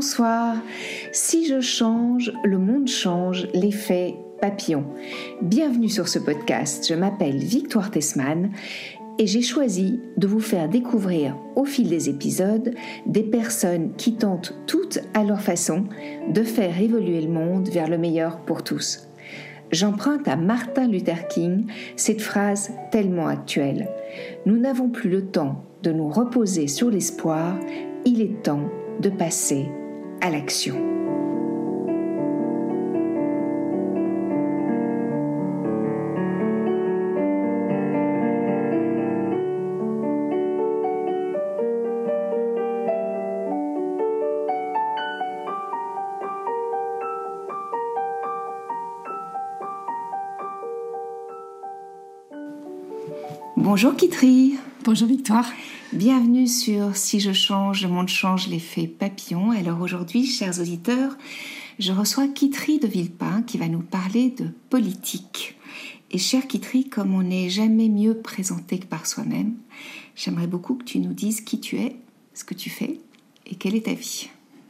Bonsoir. Si je change, le monde change, l'effet papillon. Bienvenue sur ce podcast. Je m'appelle Victoire Tessmann et j'ai choisi de vous faire découvrir au fil des épisodes des personnes qui tentent toutes à leur façon de faire évoluer le monde vers le meilleur pour tous. J'emprunte à Martin Luther King cette phrase tellement actuelle. Nous n'avons plus le temps de nous reposer sur l'espoir, il est temps de passer à l'action. Bonjour Kitri. Bonjour Victoire. Bienvenue sur Si je change, le monde change, l'effet papillon. Alors aujourd'hui, chers auditeurs, je reçois Kitri de Villepin qui va nous parler de politique. Et chère Kitri, comme on n'est jamais mieux présenté que par soi-même, j'aimerais beaucoup que tu nous dises qui tu es, ce que tu fais et quelle est ta vie.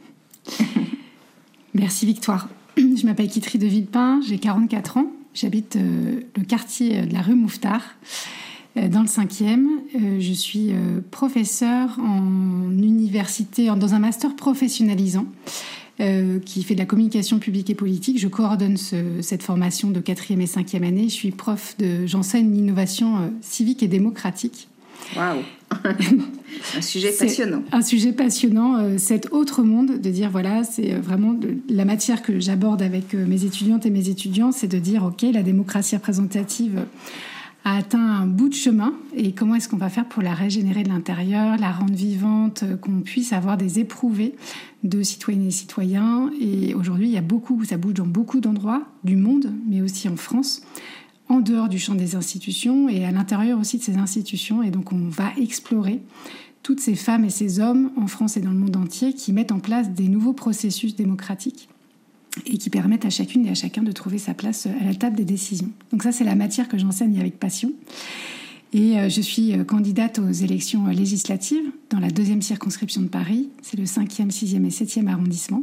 Merci Victoire. Je m'appelle Kitri de Villepin, j'ai 44 ans. J'habite le quartier de la rue Mouffetard. Dans le 5e, je suis professeure en université, dans un master professionnalisant qui fait de la communication publique et politique. Je coordonne cette formation de 4e et 5e année. Je suis j'enseigne l'innovation civique et démocratique. Waouh. Un sujet passionnant. Un sujet passionnant, cet autre monde, de dire voilà, c'est vraiment la matière que j'aborde avec mes étudiantes et mes étudiants, c'est de dire ok, la démocratie représentative a atteint un bout de chemin et comment est-ce qu'on va faire pour la régénérer de l'intérieur, la rendre vivante, qu'on puisse avoir des éprouvés de citoyennes et citoyens. Et aujourd'hui, ça bouge dans beaucoup d'endroits du monde, mais aussi en France, en dehors du champ des institutions et à l'intérieur aussi de ces institutions. Et donc, on va explorer toutes ces femmes et ces hommes en France et dans le monde entier qui mettent en place des nouveaux processus démocratiques et qui permettent à chacune et à chacun de trouver sa place à la table des décisions. Donc ça, c'est la matière que j'enseigne avec passion. Et je suis candidate aux élections législatives dans la 2e circonscription de Paris. C'est le 5e, 6e et 7e arrondissement.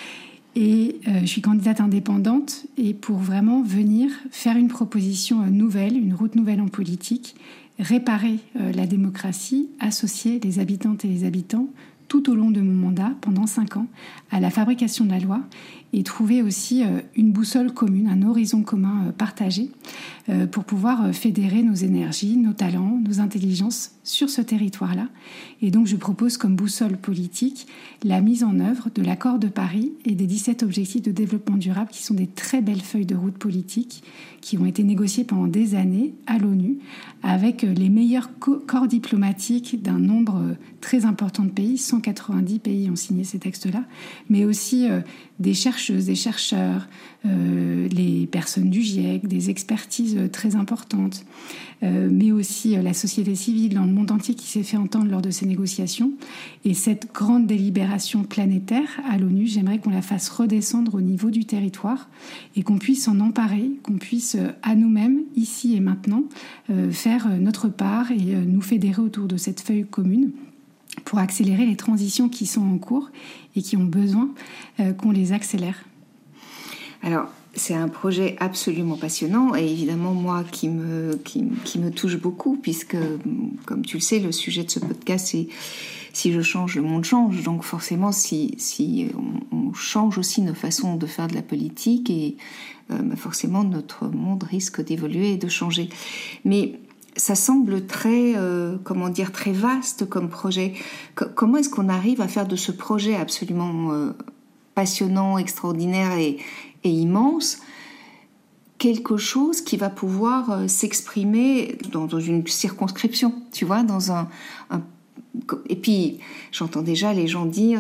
Et je suis candidate indépendante et pour vraiment venir faire une proposition nouvelle, une route nouvelle en politique, réparer la démocratie, associer les habitantes et les habitants tout au long de mon mandat, pendant 5 ans, à la fabrication de la loi et trouver aussi une boussole commune, un horizon commun partagé pour pouvoir fédérer nos énergies, nos talents, nos intelligences sur ce territoire-là. Et donc je propose comme boussole politique la mise en œuvre de l'accord de Paris et des 17 objectifs de développement durable qui sont des très belles feuilles de route politique qui ont été négociées pendant des années à l'ONU avec les meilleurs corps diplomatiques d'un nombre très important de pays. 190 pays ont signé ces textes-là, mais aussi des chercheuses, des chercheurs, les personnes du GIEC, des expertises très importantes, mais aussi la société civile dans le monde entier qui s'est fait entendre lors de ces négociations. Et cette grande délibération planétaire à l'ONU, j'aimerais qu'on la fasse redescendre au niveau du territoire et qu'on puisse en emparer, qu'on puisse à nous-mêmes, ici et maintenant, faire notre part et nous fédérer autour de cette feuille commune pour accélérer les transitions qui sont en cours et qui ont besoin qu'on les accélère. Alors, c'est un projet absolument passionnant et évidemment, moi, qui me touche beaucoup puisque, comme tu le sais, le sujet de ce podcast, c'est « Si je change, le monde change ». Donc forcément, si on change aussi nos façons de faire de la politique et forcément, notre monde risque d'évoluer et de changer. Mais ça semble très, très vaste comme projet. Comment est-ce qu'on arrive à faire de ce projet absolument passionnant, extraordinaire et immense quelque chose qui va pouvoir s'exprimer dans une circonscription, tu vois, dans un... Et puis, j'entends déjà les gens dire,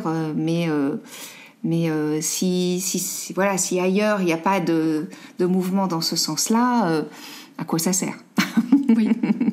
si ailleurs il n'y a pas de mouvement dans ce sens-là, à quoi ça sert ? Oui.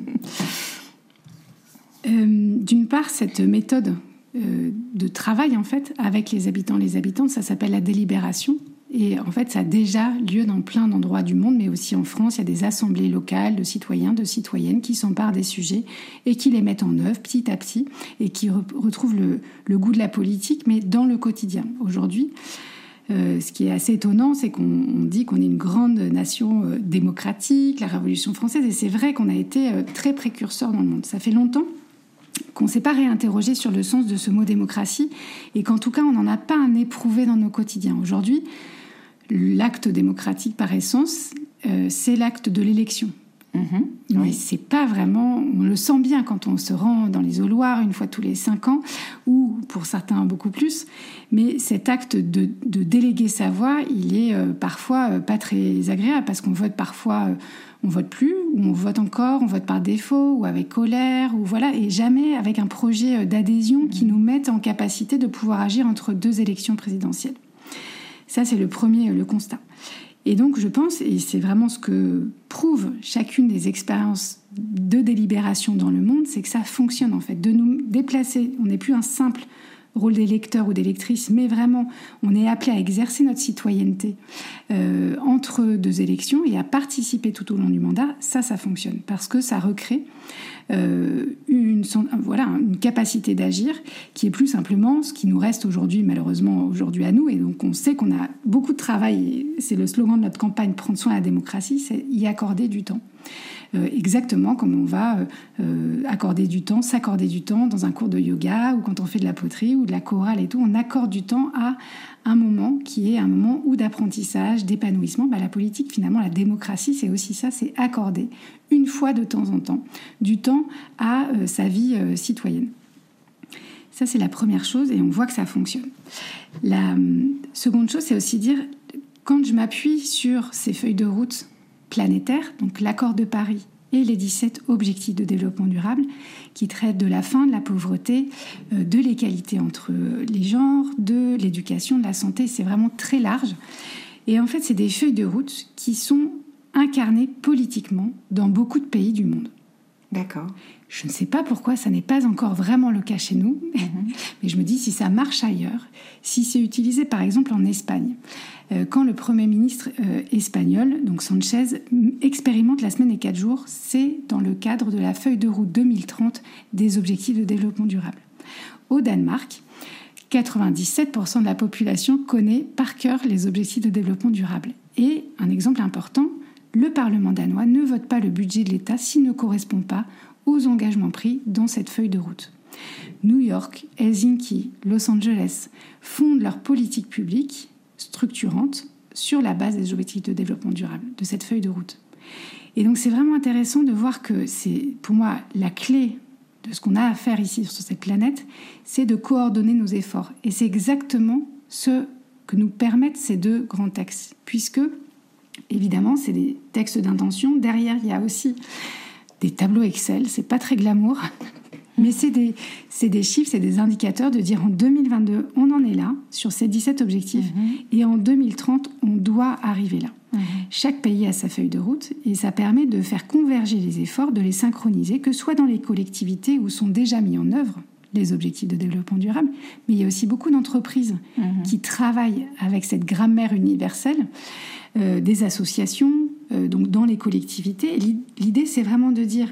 D'une part, cette méthode de travail, en fait, avec les habitants, les habitantes, ça s'appelle la délibération. Et en fait, ça a déjà lieu dans plein d'endroits du monde, mais aussi en France, il y a des assemblées locales de citoyens, de citoyennes qui s'emparent des sujets et qui les mettent en œuvre petit à petit et qui retrouvent le goût de la politique, mais dans le quotidien. Aujourd'hui, ce qui est assez étonnant, c'est qu'on dit qu'on est une grande nation démocratique, la Révolution française, et c'est vrai qu'on a été très précurseur dans le monde. Ça fait longtemps qu'on ne s'est pas réinterrogé sur le sens de ce mot démocratie, et qu'en tout cas, on n'en a pas un éprouvé dans nos quotidiens. Aujourd'hui, l'acte démocratique par essence, c'est l'acte de l'élection. Mais oui. C'est pas vraiment, on le sent bien quand on se rend dans les Auloirs une fois tous les 5 ans, ou pour certains beaucoup plus, mais cet acte de déléguer sa voix, il est parfois pas très agréable, parce qu'on vote parfois, on vote plus, ou on vote encore, on vote par défaut, ou avec colère, ou voilà, et jamais avec un projet d'adhésion qui nous mette en capacité de pouvoir agir entre 2 élections présidentielles. Ça, c'est le constat. Et donc, je pense, et c'est vraiment ce que prouve chacune des expériences de délibération dans le monde, c'est que ça fonctionne en fait, de nous déplacer. On n'est plus un simple rôle d'électeur ou d'électrice, mais vraiment, on est appelé à exercer notre citoyenneté entre 2 élections et à participer tout au long du mandat. Ça fonctionne, parce que ça recrée une capacité d'agir qui est plus simplement ce qui nous reste aujourd'hui, malheureusement aujourd'hui à nous, et donc on sait qu'on a beaucoup de travail, et c'est le slogan de notre campagne, prendre soin de la démocratie, c'est y accorder du temps. Exactement comme on va s'accorder du temps dans un cours de yoga, ou quand on fait de la poterie ou de la chorale et tout, on accorde du temps à un moment qui est un moment ou d'apprentissage, d'épanouissement. La politique, finalement, la démocratie, c'est aussi ça, c'est accorder une fois de temps en temps du temps à sa vie citoyenne. Ça, c'est la première chose, et on voit que ça fonctionne. La seconde chose, c'est aussi dire, quand je m'appuie sur ces feuilles de route planétaires, donc l'accord de Paris et les 17 objectifs de développement durable qui traitent de la fin de la pauvreté, de l'égalité entre les genres, de l'éducation, de la santé, c'est vraiment très large. Et en fait, c'est des feuilles de route qui sont incarnées politiquement dans beaucoup de pays du monde. D'accord. Je ne sais pas pourquoi ça n'est pas encore vraiment le cas chez nous, mais je me dis si ça marche ailleurs, si c'est utilisé par exemple en Espagne, quand le Premier ministre espagnol, donc Sanchez, expérimente la semaine et 4 jours, c'est dans le cadre de la feuille de route 2030 des objectifs de développement durable. Au Danemark, 97% de la population connaît par cœur les objectifs de développement durable. Et un exemple important, le Parlement danois ne vote pas le budget de l'État s'il ne correspond pas aux engagements pris dans cette feuille de route. New York, Helsinki, Los Angeles fondent leur politique publique structurante sur la base des objectifs de développement durable, de cette feuille de route. Et donc c'est vraiment intéressant de voir que c'est, pour moi, la clé de ce qu'on a à faire ici sur cette planète, c'est de coordonner nos efforts. Et c'est exactement ce que nous permettent ces 2 grands textes, puisque, évidemment, c'est des textes d'intention. Derrière, il y a aussi des tableaux Excel, c'est pas très glamour, mais c'est des chiffres, c'est des indicateurs de dire en 2022, on en est là, sur ces 17 objectifs, et en 2030, on doit arriver là. Chaque pays a sa feuille de route, et ça permet de faire converger les efforts, de les synchroniser, que ce soit dans les collectivités où sont déjà mis en œuvre les objectifs de développement durable, mais il y a aussi beaucoup d'entreprises qui travaillent avec cette grammaire universelle, des associations, donc dans les collectivités. L'idée, c'est vraiment de dire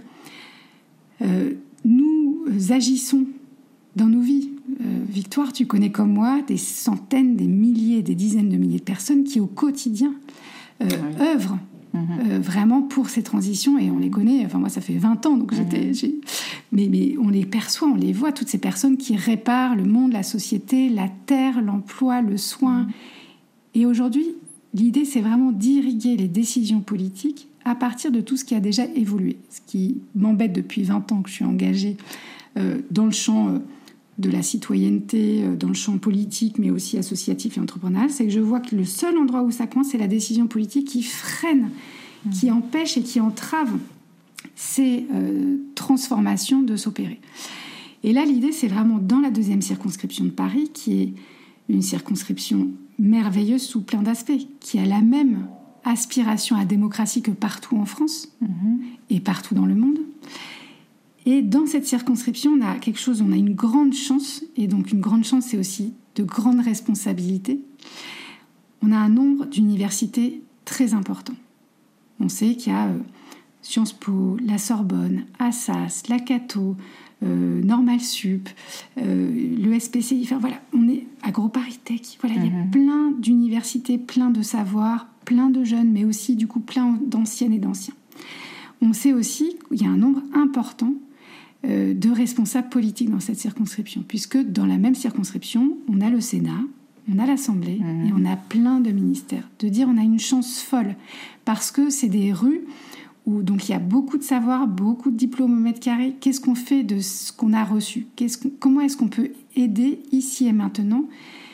nous agissons dans nos vies. Victoire, tu connais comme moi des centaines, des milliers, des dizaines de milliers de personnes qui, au quotidien, œuvrent vraiment pour ces transitions, et on les connaît. Enfin, moi, ça fait 20 ans, donc mais on les perçoit, on les voit, toutes ces personnes qui réparent le monde, la société, la terre, l'emploi, le soin. Et aujourd'hui, l'idée, c'est vraiment d'irriguer les décisions politiques à partir de tout ce qui a déjà évolué. Ce qui m'embête depuis 20 ans que je suis engagée dans le champ de la citoyenneté, dans le champ politique, mais aussi associatif et entrepreneurial, c'est que je vois que le seul endroit où ça coince, c'est la décision politique qui freine, qui empêche et qui entrave ces transformations de s'opérer. Et là, l'idée, c'est vraiment dans la 2e circonscription de Paris, qui est une circonscription merveilleuse sous plein d'aspects, qui a la même aspiration à la démocratie que partout en France et partout dans le monde. Et dans cette circonscription, on a quelque chose, on a une grande chance, et donc une grande chance, c'est aussi de grandes responsabilités. on a un nombre d'universités très important. On sait qu'il y a Sciences Po, la Sorbonne, Assas, la Cato, Normal Sup, le SPCI, enfin voilà, on est AgroParisTech, voilà, il y a plein d'universités, plein de savoirs, plein de jeunes, mais aussi du coup plein d'anciennes et d'anciens. On sait aussi qu'il y a un nombre important de responsables politiques dans cette circonscription, puisque dans la même circonscription, on a le Sénat, on a l'Assemblée et on a plein de ministères. De dire on a une chance folle, parce que c'est des rues où donc il y a beaucoup de savoir, beaucoup de diplômes au mètre carré. Qu'est-ce qu'on fait de ce qu'on a reçu ? Comment est-ce qu'on peut aider ici et maintenant,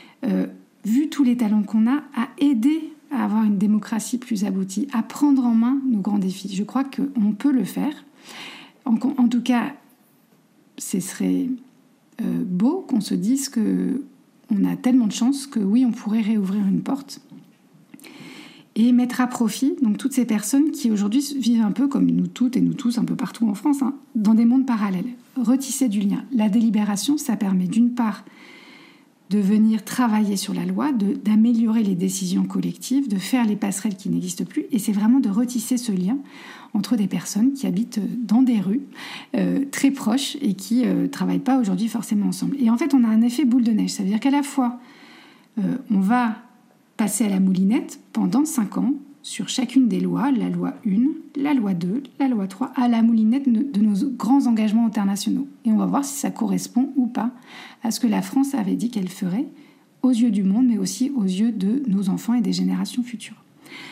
vu tous les talents qu'on a, à aider à avoir une démocratie plus aboutie, à prendre en main nos grands défis ? Je crois qu'on peut le faire. En tout cas, ce serait beau qu'on se dise qu'on a tellement de chance que oui, on pourrait réouvrir une porte et mettre à profit donc toutes ces personnes qui aujourd'hui vivent un peu comme nous toutes et nous tous un peu partout en France, dans des mondes parallèles. Retisser du lien. La délibération, ça permet d'une part de venir travailler sur la loi, d'améliorer les décisions collectives, de faire les passerelles qui n'existent plus, et c'est vraiment de retisser ce lien entre des personnes qui habitent dans des rues très proches et qui ne travaillent pas aujourd'hui forcément ensemble. Et en fait, on a un effet boule de neige, ça veut dire qu'à la fois, on va passer à la moulinette pendant 5 ans sur chacune des lois, la loi 1, la loi 2, la loi 3, à la moulinette de nos grands engagements internationaux. Et on va voir si ça correspond ou pas à ce que la France avait dit qu'elle ferait aux yeux du monde, mais aussi aux yeux de nos enfants et des générations futures.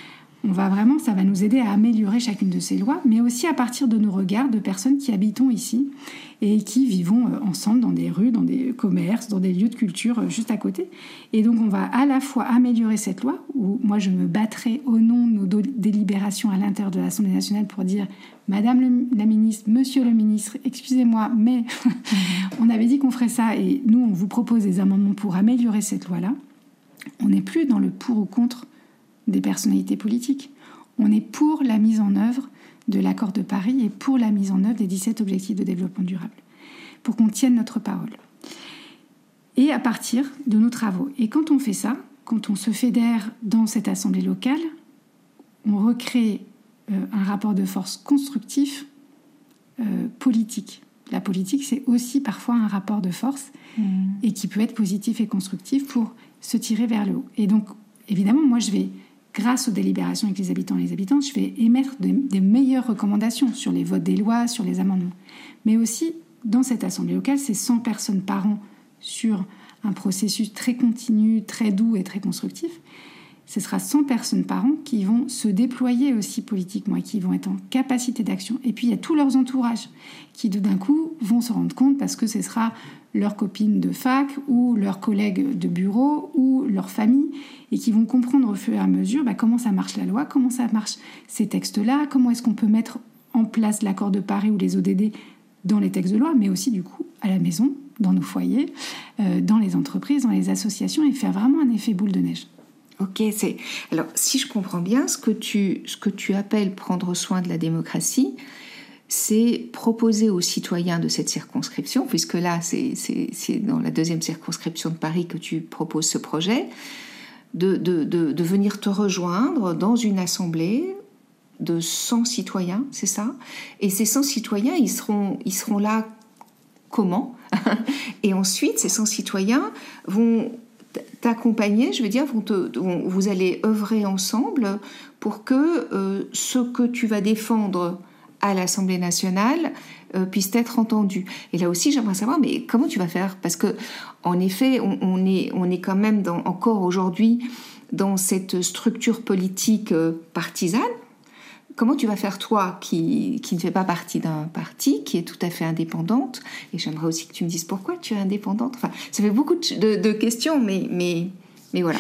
Ça va nous aider à améliorer chacune de ces lois, mais aussi à partir de nos regards de personnes qui habitons ici et qui vivons ensemble dans des rues, dans des commerces, dans des lieux de culture juste à côté. Et donc on va à la fois améliorer cette loi, où moi je me battrai au nom de nos délibérations à l'intérieur de l'Assemblée nationale pour dire « Madame la ministre, Monsieur le ministre, excusez-moi, mais on avait dit qu'on ferait ça et nous on vous propose des amendements pour améliorer cette loi-là ». On n'est plus dans le pour ou contre des personnalités politiques. On est pour la mise en œuvre de l'accord de Paris et pour la mise en œuvre des 17 objectifs de développement durable, pour qu'on tienne notre parole. Et à partir de nos travaux. Et quand on fait ça, quand on se fédère dans cette assemblée locale, on recrée un rapport de force constructif politique. La politique, c'est aussi parfois un rapport de force et qui peut être positif et constructif pour se tirer vers le haut. Et donc, évidemment, moi, je vais, grâce aux délibérations avec les habitants et les habitantes, je vais émettre des meilleures recommandations sur les votes des lois, sur les amendements. Mais aussi, dans cette assemblée locale, c'est 100 personnes par an sur un processus très continu, très doux et très constructif. Ce sera 100 personnes par an qui vont se déployer aussi politiquement et qui vont être en capacité d'action. Et puis, il y a tous leurs entourages qui, d'un coup, vont se rendre compte parce que ce sera leurs copines de fac ou leurs collègues de bureau ou leur famille et qui vont comprendre au fur et à mesure comment ça marche la loi, comment ça marche ces textes-là, comment est-ce qu'on peut mettre en place l'accord de Paris ou les ODD dans les textes de loi, mais aussi, du coup, à la maison, dans nos foyers, dans les entreprises, dans les associations et faire vraiment un effet boule de neige. Ok, alors si je comprends bien, ce que tu appelles prendre soin de la démocratie, c'est proposer aux citoyens de cette circonscription, puisque là c'est dans la 2e circonscription de Paris que tu proposes ce projet, de venir te rejoindre dans une assemblée de 100 citoyens, c'est ça ? Et ces 100 citoyens, ils seront là comment ? Et ensuite, ces 100 citoyens vont t'accompagner, je veux dire, vous allez œuvrer ensemble pour que ce que tu vas défendre à l'Assemblée nationale puisse être entendu. Et là aussi, j'aimerais savoir, mais comment tu vas faire ? Parce que, en effet, on est quand même encore aujourd'hui dans cette structure politique partisane. Comment tu vas faire, toi, qui ne fais pas partie d'un parti, qui est tout à fait indépendante ? Et j'aimerais aussi que tu me dises pourquoi tu es indépendante. Enfin, ça fait beaucoup de questions, mais voilà.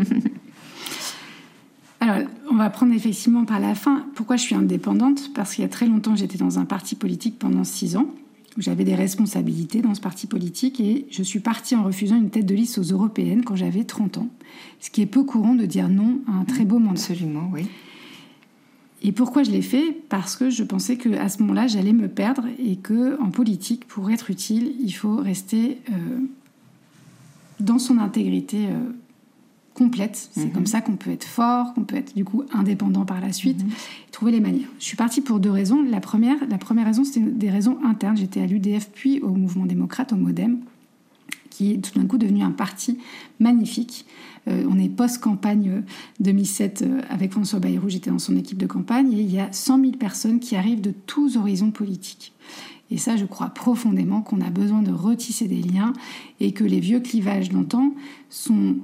Alors, on va prendre effectivement par la fin. Pourquoi je suis indépendante ? Parce qu'il y a très longtemps, j'étais dans un parti politique pendant 6 ans, où j'avais des responsabilités dans ce parti politique, et je suis partie en refusant une tête de liste aux européennes quand j'avais 30 ans. Ce qui est peu courant de dire non à un très beau mandat. Absolument, oui. Et pourquoi je l'ai fait ? Parce que je pensais qu'à ce moment-là, j'allais me perdre et qu'en politique, pour être utile, il faut rester dans son intégrité complète. C'est comme ça qu'on peut être fort, qu'on peut être du coup indépendant par la suite, et trouver les manières. Je suis partie pour 2 raisons. La première raison, c'était des raisons internes. J'étais à l'UDF puis au Mouvement démocrate, au MoDem, qui est tout d'un coup devenu un parti magnifique. On est post-campagne 2007 avec François Bayrou, j'étais dans son équipe de campagne, et il y a 100 000 personnes qui arrivent de tous horizons politiques. Et ça, je crois profondément qu'on a besoin de retisser des liens et que les vieux clivages d'antan sont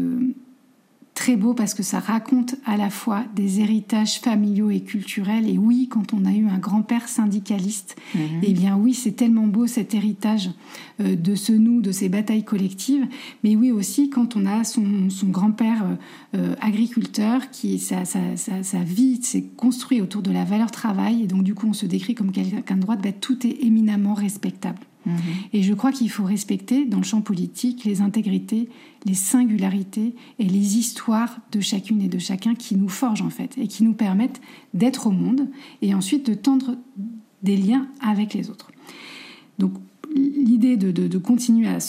très beaux parce que ça raconte à la fois des héritages familiaux et culturels. Et oui, quand on a eu un grand-père syndicaliste, eh bien oui, c'est tellement beau cet héritage de ce nous, de ces batailles collectives. Mais oui aussi, quand on a son grand-père agriculteur, qui sa vie s'est construite autour de la valeur travail, et donc du coup on se décrit comme quelqu'un de droite, tout est éminemment respectable. Et je crois qu'il faut respecter dans le champ politique les intégrités, les singularités et les histoires de chacune et de chacun qui nous forgent en fait et qui nous permettent d'être au monde et ensuite de tendre des liens avec les autres. Donc l'idée de continuer à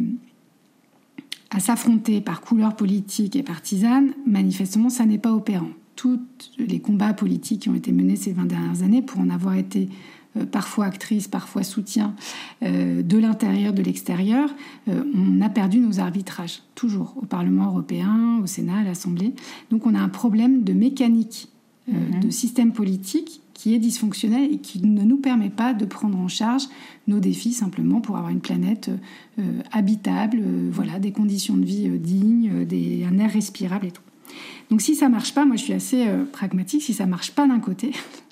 s'affronter par couleur politique et partisane, manifestement ça n'est pas opérant. Tous les combats politiques qui ont été menés ces 20 dernières années, pour en avoir été parfois actrice, parfois soutien de l'intérieur, de l'extérieur, on a perdu nos arbitrages, toujours, au Parlement européen, au Sénat, à l'Assemblée. Donc on a un problème de mécanique, de système politique qui est dysfonctionnel et qui ne nous permet pas de prendre en charge nos défis simplement pour avoir une planète habitable, voilà, des conditions de vie dignes, un air respirable et tout. Donc si ça marche pas, moi je suis assez pragmatique, si ça marche pas d'un côté...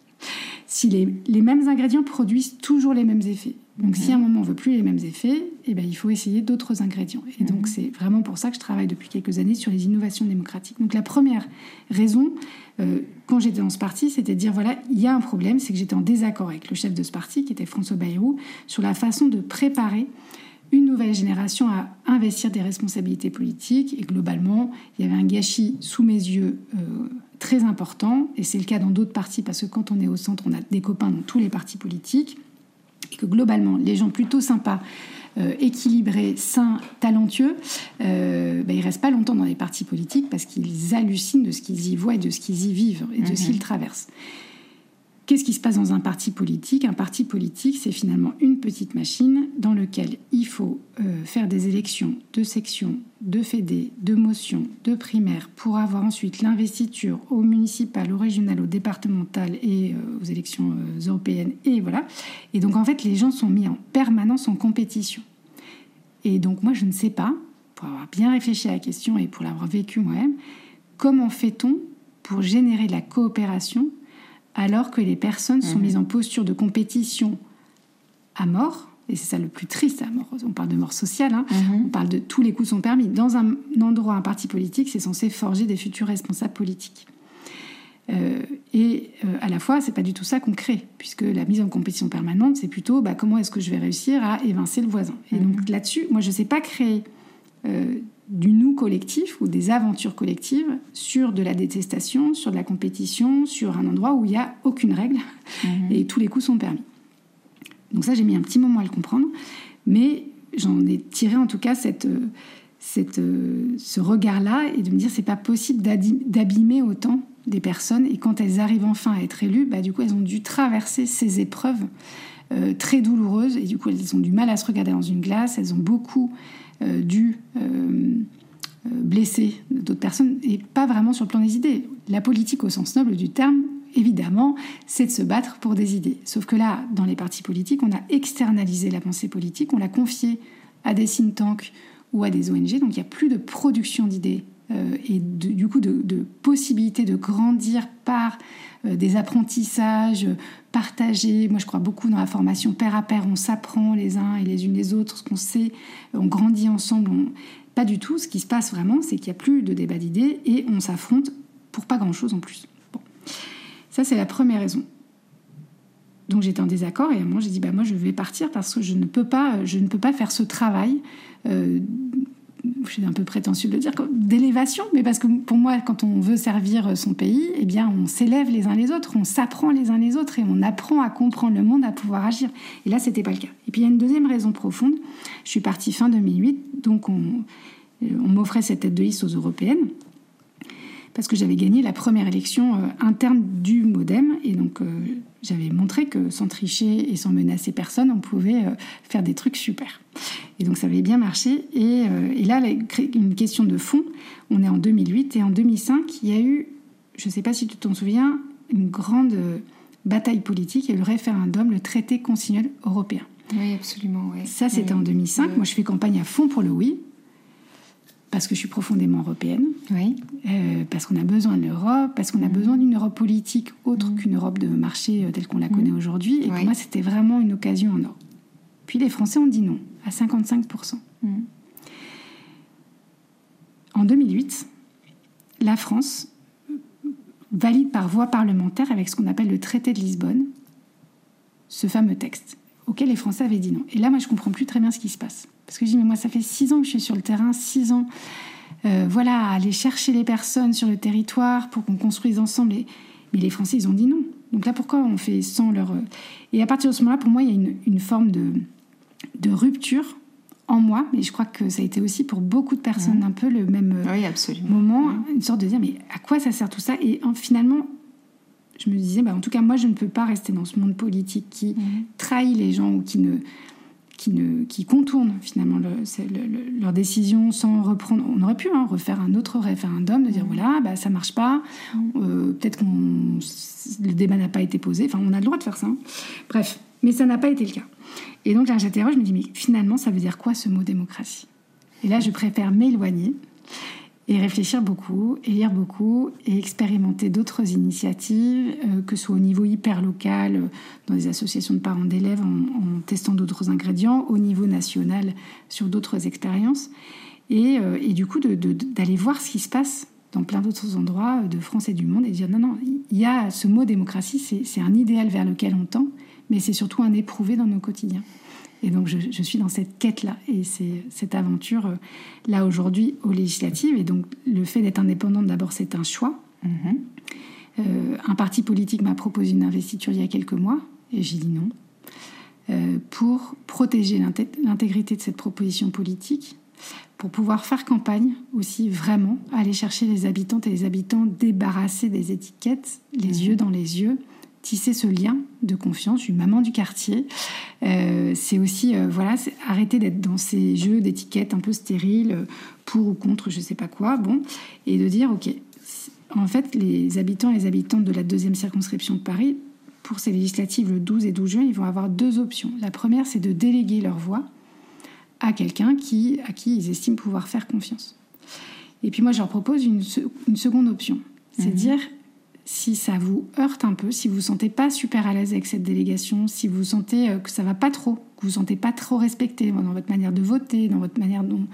Si les mêmes ingrédients produisent toujours les mêmes effets. Donc, si à un moment on ne veut plus les mêmes effets, eh ben, il faut essayer d'autres ingrédients. Et donc, c'est vraiment pour ça que je travaille depuis quelques années sur les innovations démocratiques. Donc, la première raison, quand j'étais dans ce parti, c'était de dire, voilà, il y a un problème, c'est que j'étais en désaccord avec le chef de ce parti, qui était François Bayrou, sur la façon de préparer une nouvelle génération à investir des responsabilités politiques. Et globalement, il y avait un gâchis sous mes yeux très important, et c'est le cas dans d'autres partis, parce que quand on est au centre, on a des copains dans tous les partis politiques, et que globalement, les gens plutôt sympas, équilibrés, sains, talentueux, ils ne restent pas longtemps dans les partis politiques parce qu'ils hallucinent de ce qu'ils y voient et de ce qu'ils y vivent et de ce qu'ils traversent. Qu'est-ce qui se passe dans un parti politique ? Un parti politique, c'est finalement une petite machine dans laquelle il faut faire des élections de sections, de fédés, de motions, de primaires, pour avoir ensuite l'investiture au municipal, au régional, au départemental et aux élections européennes. Et voilà. Et donc, en fait, les gens sont mis en permanence en compétition. Et donc, moi, je ne sais pas, pour avoir bien réfléchi à la question et pour l'avoir vécu moi-même, comment fait-on pour générer de la coopération alors que les personnes sont mises en posture de compétition à mort, et c'est ça le plus triste, à mort. On parle de mort sociale, on parle de tous les coups sont permis. Dans un endroit, un parti politique, c'est censé forger des futurs responsables politiques. Et à la fois, c'est pas du tout ça qu'on crée, puisque la mise en compétition permanente, c'est plutôt comment est-ce que je vais réussir à évincer le voisin. Et donc là-dessus, moi je sais pas créer du nous collectif ou des aventures collectives sur de la détestation, sur de la compétition, sur un endroit où il n'y a aucune règle et tous les coups sont permis. Donc ça, j'ai mis un petit moment à le comprendre, mais j'en ai tiré en tout cas ce regard-là et de me dire c'est pas possible d'abîmer autant des personnes, et quand elles arrivent enfin à être élues, du coup elles ont dû traverser ces épreuves très douloureuses, et du coup elles ont du mal à se regarder dans une glace, elles ont beaucoup dû blesser d'autres personnes, et pas vraiment sur le plan des idées. La politique au sens noble du terme, évidemment, c'est de se battre pour des idées. Sauf que là, dans les partis politiques, on a externalisé la pensée politique, on l'a confiée à des think tanks ou à des ONG, donc il n'y a plus de production d'idées et du coup de possibilité de grandir par des apprentissages partagés. Moi, je crois beaucoup dans la formation pair à pair. On s'apprend les uns et les unes les autres ce qu'on sait, on grandit ensemble. Pas du tout. Ce qui se passe vraiment, c'est qu'il n'y a plus de débat d'idées et on s'affronte pour pas grand-chose en plus. Bon. Ça, c'est la première raison. Donc, j'étais en désaccord et à un moment, j'ai dit moi, je vais partir parce que je ne peux pas faire ce travail. Je suis un peu prétentieux de le dire, d'élévation, mais parce que pour moi, quand on veut servir son pays, eh bien, on s'élève les uns les autres, on s'apprend les uns les autres et on apprend à comprendre le monde, à pouvoir agir. Et là, c'était pas le cas. Et puis, il y a une deuxième raison profonde. Je suis partie fin 2008, donc On m'offrait cette tête de liste aux européennes parce que j'avais gagné la première élection interne du MoDem. Et donc, j'avais montré que sans tricher et sans menacer personne, on pouvait faire des trucs super. Et donc, ça avait bien marché. Et là, une question de fond, on est en 2008. Et en 2005, il y a eu, je ne sais pas si tu t'en souviens, une grande bataille politique et le référendum, le traité constitutionnel européen. Oui, absolument. Oui. Ça, c'était en 2005. Moi, je fais campagne à fond pour le oui. Parce que je suis profondément européenne, oui. Parce qu'on a besoin de l'Europe, parce qu'on a besoin d'une Europe politique autre qu'une Europe de marché telle qu'on la connaît aujourd'hui. Et pour moi, c'était vraiment une occasion en or. Puis les Français ont dit non, à 55%. En 2008, la France valide par voie parlementaire, avec ce qu'on appelle le traité de Lisbonne, ce fameux texte, auquel les Français avaient dit non. Et là, moi, je ne comprends plus très bien ce qui se passe. Parce que je dis, mais moi, ça fait 6 ans que je suis sur le terrain, 6 ans, à aller chercher les personnes sur le territoire pour qu'on construise ensemble. Mais les Français, ils ont dit non. Donc là, pourquoi on fait sans leur... Et à partir de ce moment-là, pour moi, il y a une forme de rupture en moi, mais je crois que ça a été aussi pour beaucoup de personnes un peu le même moment, une sorte de dire, mais à quoi ça sert tout ça? Et finalement, je me disais, en tout cas, moi, je ne peux pas rester dans ce monde politique qui trahit les gens ou qui contournent finalement leurs décisions sans reprendre. On aurait pu refaire un autre référendum, de dire ça marche pas, peut-être que le débat n'a pas été posé, on a le droit de faire ça. Bref, mais ça n'a pas été le cas. Et donc là, j'interroge, je me dis, mais finalement, ça veut dire quoi ce mot démocratie? Et là, je préfère m'éloigner et réfléchir beaucoup, et lire beaucoup, et expérimenter d'autres initiatives, que ce soit au niveau hyper local, dans des associations de parents d'élèves, en testant d'autres ingrédients, au niveau national, sur d'autres expériences, et du coup, d'aller voir ce qui se passe dans plein d'autres endroits de France et du monde, et dire, non, il y a ce mot démocratie, c'est un idéal vers lequel on tend, mais c'est surtout un éprouvé dans nos quotidiens. Et donc, je suis dans cette quête-là. Et c'est cette aventure, là, aujourd'hui, aux législatives. Et donc, le fait d'être indépendante, d'abord, c'est un choix. Un parti politique m'a proposé une investiture il y a quelques mois. Et j'ai dit non. Pour protéger l'intégrité de cette proposition politique, pour pouvoir faire campagne aussi, vraiment, aller chercher les habitantes et les habitants débarrassés des étiquettes, les yeux dans les yeux, tisser ce lien de confiance. Je suis maman du quartier. C'est aussi c'est arrêter d'être dans ces jeux d'étiquettes un peu stériles, pour ou contre je sais pas quoi, et de dire ok, en fait les habitants et les habitantes de la 2e circonscription de Paris, pour ces législatives le 12 et 12 juin, ils vont avoir 2 options. La première, c'est de déléguer leur voix à quelqu'un à qui ils estiment pouvoir faire confiance. Et puis moi je leur propose une seconde option, c'est de dire, si ça vous heurte un peu, si vous ne vous sentez pas super à l'aise avec cette délégation, si vous sentez que ça ne va pas trop, que vous ne vous sentez pas trop respecté dans votre manière de voter, dans votre manière dont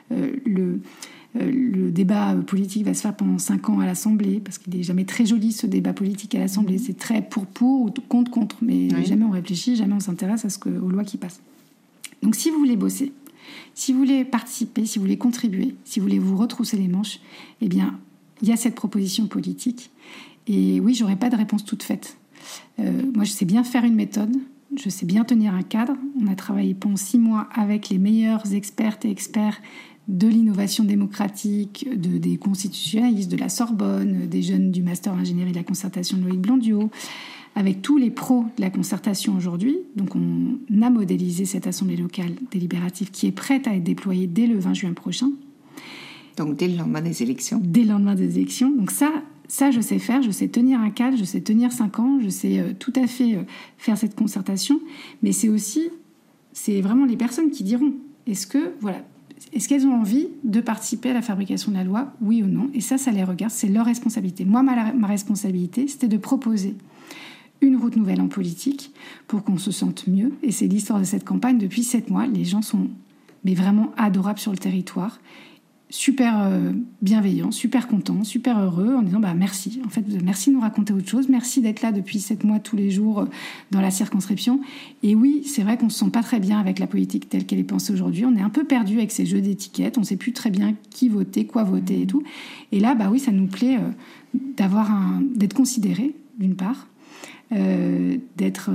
le débat politique va se faire pendant 5 ans à l'Assemblée, parce qu'il n'est jamais très joli ce débat politique à l'Assemblée, c'est très pour ou contre, mais jamais on réfléchit, jamais on s'intéresse aux lois qui passent. Donc si vous voulez bosser, si vous voulez participer, si vous voulez contribuer, si vous voulez vous retrousser les manches, eh bien, il y a cette proposition politique. Et oui, j'aurais pas de réponse toute faite. Moi, je sais bien faire une méthode, je sais bien tenir un cadre. On a travaillé pendant 6 mois avec les meilleurs expertes et experts de l'innovation démocratique, des constitutionnalistes, de la Sorbonne, des jeunes du master ingénierie de la concertation de Loïc Blondiot, avec tous les pros de la concertation aujourd'hui. Donc, on a modélisé cette assemblée locale délibérative qui est prête à être déployée dès le 20 juin prochain. Donc, dès le lendemain des élections. Dès le lendemain des élections. Donc ça, je sais faire, je sais tenir un cadre, je sais tenir 5 ans, je sais tout à fait faire cette concertation. Mais c'est vraiment les personnes qui diront, est-ce qu'elles ont envie de participer à la fabrication de la loi, oui ou non? Et ça les regarde, c'est leur responsabilité. Moi, ma responsabilité, c'était de proposer une route nouvelle en politique pour qu'on se sente mieux. Et c'est l'histoire de cette campagne. Depuis 7 mois, les gens sont vraiment adorables sur le territoire. Super bienveillant, super content, super heureux, en disant merci. En fait, merci de nous raconter autre chose. Merci d'être là depuis 7 mois tous les jours dans la circonscription. Et oui, c'est vrai qu'on ne se sent pas très bien avec la politique telle qu'elle est pensée aujourd'hui. On est un peu perdu avec ces jeux d'étiquettes. On ne sait plus très bien qui voter, quoi voter et tout. Et là, oui, ça nous plaît d'être considéré, d'une part, d'être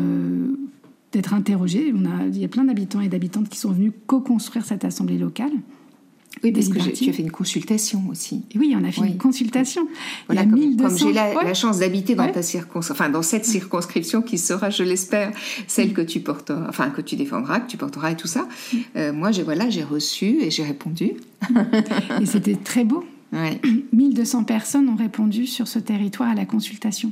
interrogé. Il y a plein d'habitants et d'habitantes qui sont venus co-construire cette assemblée locale. Oui, parce que tu as fait une consultation aussi. Et oui, on a fait une consultation. Voilà, il y a 1200... Comme j'ai la chance d'habiter dans dans cette circonscription qui sera, je l'espère, celle que tu porteras, enfin que tu défendras, que tu porteras et tout ça. Moi, j'ai reçu et j'ai répondu. Et c'était très beau. Ouais. 1200 personnes ont répondu sur ce territoire à la consultation.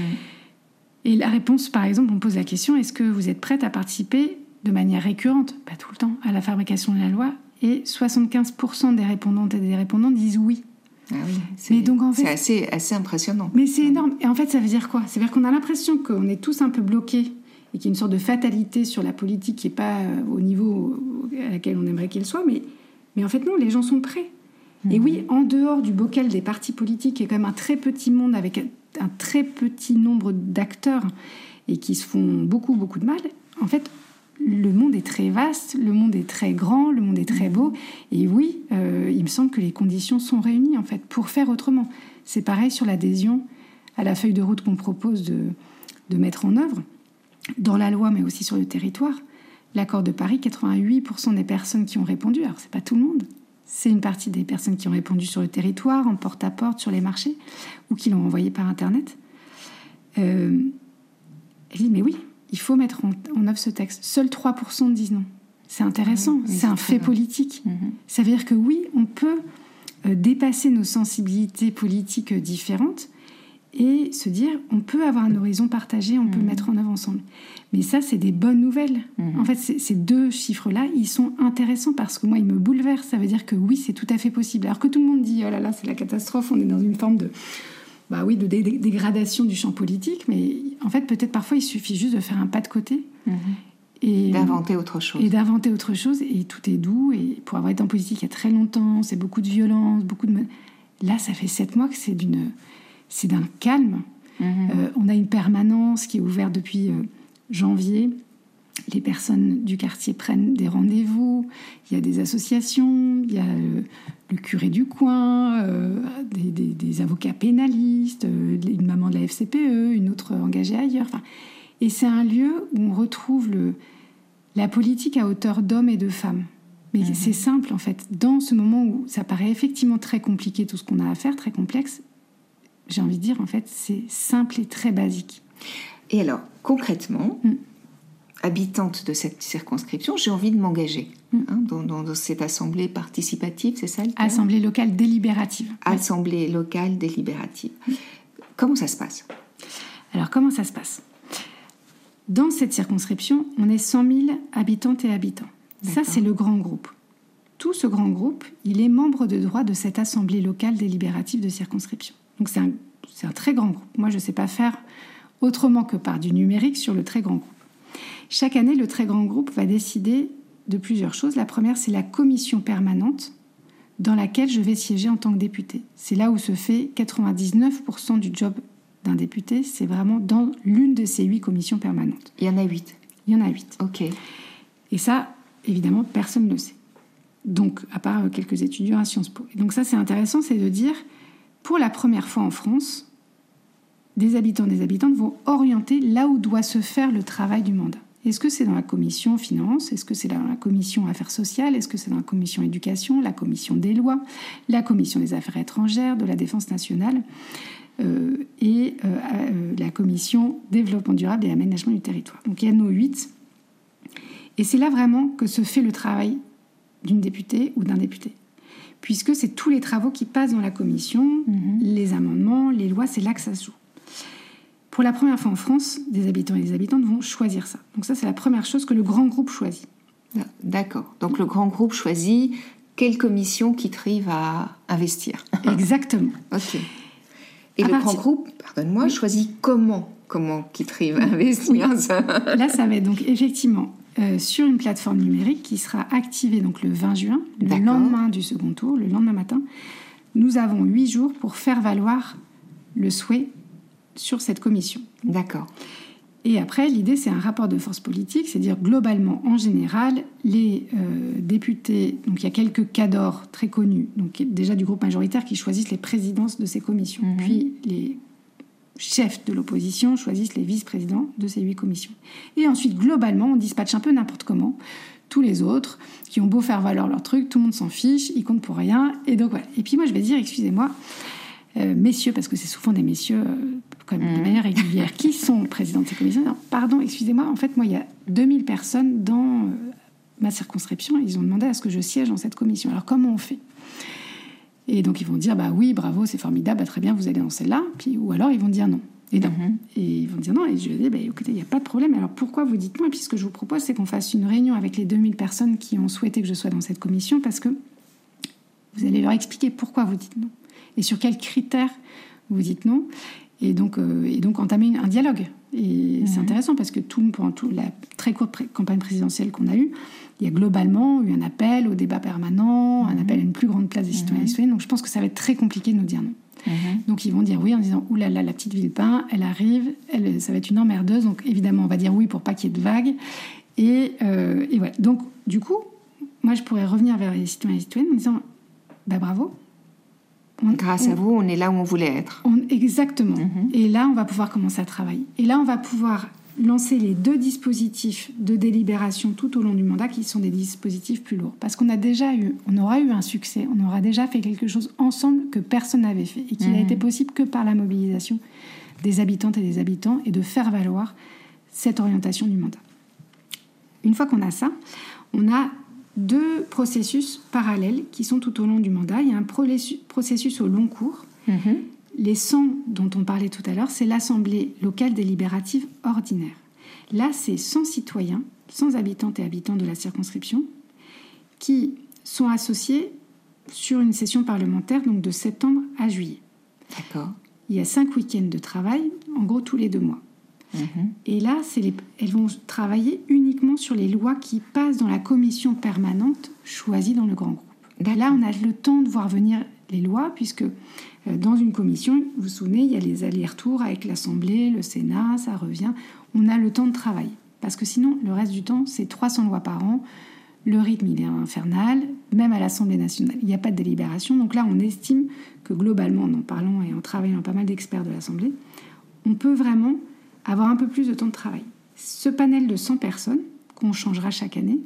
Et la réponse, par exemple, on pose la question, est-ce que vous êtes prête à participer de manière récurrente, pas tout le temps, à la fabrication de la loi? Et 75% des répondantes et des répondants disent oui. Ah oui, c'est assez impressionnant. Mais c'est énorme. Et en fait, ça veut dire quoi? Ça veut dire qu'on a l'impression qu'on est tous un peu bloqués et qu'il y a une sorte de fatalité sur la politique qui n'est pas au niveau à laquelle on aimerait qu'elle soit. Mais en fait, non, les gens sont prêts. Et oui, en dehors du bocal des partis politiques, qui est quand même un très petit monde avec un très petit nombre d'acteurs et qui se font beaucoup, beaucoup de mal, en fait, le monde est très vaste, le monde est très grand, le monde est très beau. Et oui, il me semble que les conditions sont réunies, en fait, pour faire autrement. C'est pareil sur l'adhésion à la feuille de route qu'on propose de mettre en œuvre, dans la loi, mais aussi sur le territoire. L'accord de Paris, 88% des personnes qui ont répondu, alors c'est pas tout le monde, c'est une partie des personnes qui ont répondu sur le territoire, en porte-à-porte, sur les marchés, ou qui l'ont envoyé par Internet. Elle dit, mais oui, il faut mettre en œuvre ce texte. Seuls 3% disent non. C'est intéressant, c'est un fait politique. Ça veut dire que oui, on peut dépasser nos sensibilités politiques différentes et se dire, on peut avoir un horizon partagé, on peut le mettre en œuvre ensemble. Mais ça, c'est des bonnes nouvelles. En fait, ces deux chiffres-là, ils sont intéressants parce que moi, ils me bouleversent. Ça veut dire que oui, c'est tout à fait possible. Alors que tout le monde dit, oh là là, c'est la catastrophe, on est dans une forme de dégradation du champ politique. Mais en fait, peut-être parfois, il suffit juste de faire un pas de côté. Et d'inventer autre chose. Et tout est doux. Et pour avoir été en politique il y a très longtemps, c'est beaucoup de violence, Là, ça fait 7 mois que c'est d'un calme. On a une permanence qui est ouverte depuis janvier. Les personnes du quartier prennent des rendez-vous. Il y a des associations, il y a le curé du coin, des avocats pénalistes, une maman de la FCPE, une autre engagée ailleurs. Et c'est un lieu où on retrouve la politique à hauteur d'hommes et de femmes. Mais c'est simple, en fait. Dans ce moment où ça paraît effectivement très compliqué, tout ce qu'on a à faire, très complexe, j'ai envie de dire, en fait, c'est simple et très basique. Et alors, concrètement, habitante de cette circonscription, j'ai envie de m'engager dans cette assemblée participative, c'est ça le terme ? Assemblée locale délibérative. Assemblée locale délibérative. Comment ça se passe ? Alors, comment ça se passe ? Dans cette circonscription, on est 100 000 habitantes et habitants. D'accord. Ça, c'est le grand groupe. Tout ce grand groupe, il est membre de droit de cette assemblée locale délibérative de circonscription. Donc, c'est un très grand groupe. Moi, je ne sais pas faire autrement que par du numérique sur le très grand groupe. Chaque année, le très grand groupe va décider de plusieurs choses. La première, c'est la commission permanente dans laquelle je vais siéger en tant que députée. C'est là où se fait 99% du job d'un député. C'est vraiment dans l'une de ces 8 commissions permanentes. Il y en a 8 ? Il y en a 8. Ok. Et ça, évidemment, personne ne le sait. Donc, à part quelques étudiants à Sciences Po. Et donc ça, c'est intéressant, c'est de dire, pour la première fois en France, des habitants et des habitantes vont orienter là où doit se faire le travail du mandat. Est-ce que c'est dans la commission finances ? Est-ce que c'est dans la commission affaires sociales ? Est-ce que c'est dans la commission éducation, la commission des lois, la commission des affaires étrangères, de la défense nationale et la commission développement durable et aménagement du territoire. Donc il y a nos 8. Et c'est là vraiment que se fait le travail d'une députée ou d'un député. Puisque c'est tous les travaux qui passent dans la commission, les amendements, les lois, c'est là que ça se joue. Pour la première fois en France, des habitants et des habitantes vont choisir ça. Donc ça, c'est la première chose que le grand groupe choisit. D'accord. Donc le grand groupe choisit quelle commission Kitry va investir. Exactement. Ok. Et le grand groupe, pardonne-moi, choisit comment Kitry va investir ça. Là, ça va être donc effectivement sur une plateforme numérique qui sera activée donc le 20 juin, le lendemain du second tour, le lendemain matin. Nous avons 8 jours pour faire valoir le souhait sur cette commission. D'accord. Et après, l'idée, c'est un rapport de force politique, c'est-à-dire globalement, en général, les députés, donc il y a quelques cadors très connus, donc déjà du groupe majoritaire, qui choisissent les présidences de ces commissions. Puis les chefs de l'opposition choisissent les vice-présidents de ces 8 commissions. Et ensuite, globalement, on dispatche un peu n'importe comment tous les autres qui ont beau faire valoir leur truc, tout le monde s'en fiche, ils comptent pour rien. Et donc voilà. Et puis moi, je vais dire, excusez-moi, messieurs, parce que c'est souvent des messieurs, comme de manière régulière, qui sont présidents de ces commissions. Non, pardon, excusez-moi, en fait, moi, il y a 2000 personnes dans ma circonscription, et ils ont demandé à ce que je siège dans cette commission. Alors comment on fait ? Et donc ils vont dire, bah oui, bravo, c'est formidable, bah, très bien, vous allez dans celle-là. Puis, ou alors ils vont dire non. Et non. Et ils vont dire non. Et je dis, bah, écoutez, il n'y a pas de problème. Alors pourquoi vous dites non ? Et puis ce que je vous propose, c'est qu'on fasse une réunion avec les 2000 personnes qui ont souhaité que je sois dans cette commission, parce que vous allez leur expliquer pourquoi vous dites non. Et sur quels critères vous dites non. Et donc entamer un dialogue. Et c'est intéressant parce que pendant toute la très courte campagne présidentielle qu'on a eue, il y a globalement eu un appel au débat permanent, un appel à une plus grande place des citoyens et citoyennes. Donc je pense que ça va être très compliqué de nous dire non. Donc ils vont dire oui en disant « Oulala, la petite Villepin, elle arrive, ça va être une emmerdeuse. » Donc évidemment, on va dire oui pour pas qu'il y ait de vagues. Et voilà. Donc du coup, moi je pourrais revenir vers les citoyens et citoyennes en disant bah, « Bravo. » Grâce à vous, on est là où on voulait être. Exactement. Et là, on va pouvoir commencer à travailler. Et là, on va pouvoir lancer les 2 dispositifs de délibération tout au long du mandat, qui sont des dispositifs plus lourds. Parce qu'on aura eu un succès, on aura déjà fait quelque chose ensemble que personne n'avait fait, et qui n'a été possible que par la mobilisation des habitantes et des habitants, et de faire valoir cette orientation du mandat. Une fois qu'on a ça, on a 2 processus parallèles qui sont tout au long du mandat. Il y a un processus au long cours. Les 100 dont on parlait tout à l'heure, c'est l'Assemblée locale délibérative ordinaire. Là, c'est 100 citoyens, 100 habitantes et habitants de la circonscription qui sont associés sur une session parlementaire, donc de septembre à juillet. D'accord. Il y a 5 week-ends de travail, en gros tous les 2 mois. Et là, elles vont travailler uniquement sur les lois qui passent dans la commission permanente choisie dans le grand groupe. Là, on a le temps de voir venir les lois, puisque dans une commission, vous vous souvenez, il y a les allers-retours avec l'Assemblée, le Sénat, ça revient. On a le temps de travailler. Parce que sinon, le reste du temps, c'est 300 lois par an. Le rythme, il est infernal. Même à l'Assemblée nationale, il n'y a pas de délibération. Donc là, on estime que globalement, en parlant et en travaillant pas mal d'experts de l'Assemblée, on peut vraiment avoir un peu plus de temps de travail. Ce panel de 100 personnes, qu'on changera chaque année,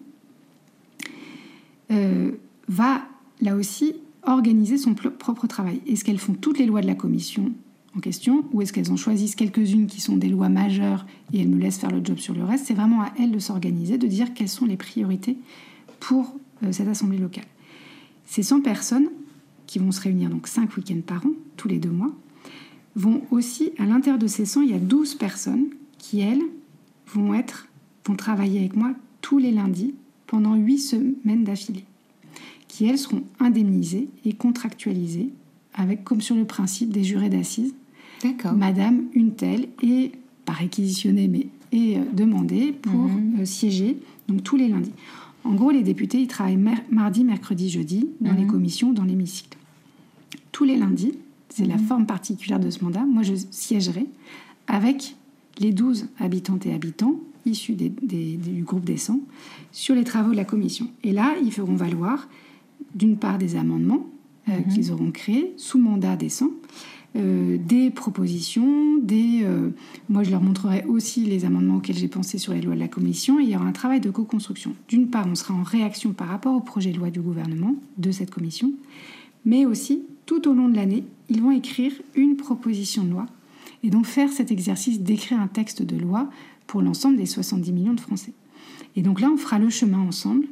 va, là aussi, organiser son propre travail. Est-ce qu'elles font toutes les lois de la commission en question, ou est-ce qu'elles en choisissent quelques-unes qui sont des lois majeures et elles me laissent faire le job sur le reste ? C'est vraiment à elles de s'organiser, de dire quelles sont les priorités pour cette assemblée locale. Ces 100 personnes, qui vont se réunir donc 5 week-ends par an, tous les 2 mois, vont aussi, à l'intérieur de ces 100, il y a 12 personnes qui, elles, vont travailler avec moi tous les lundis pendant 8 semaines d'affilée, qui, elles, seront indemnisées et contractualisées avec, comme sur le principe des jurés d'assises. D'accord. Madame une telle est, pas réquisitionnée, mais est demandée pour siéger, donc tous les lundis. En gros, les députés, ils travaillent mardi, mercredi, jeudi, dans les commissions, dans l'hémicycle. Tous les lundis, c'est la forme particulière de ce mandat. Moi, je siégerai avec les 12 habitantes et habitants issus du groupe des 100 sur les travaux de la commission. Et là, ils feront valoir, d'une part, des amendements qu'ils auront créés sous mandat des 100, des propositions, moi, je leur montrerai aussi les amendements auxquels j'ai pensé sur les lois de la commission, et il y aura un travail de co-construction. D'une part, on sera en réaction par rapport au projet de loi du gouvernement de cette commission, mais aussi, tout au long de l'année, ils vont écrire une proposition de loi et donc faire cet exercice d'écrire un texte de loi pour l'ensemble des 70 millions de Français. Et donc là, on fera le chemin ensemble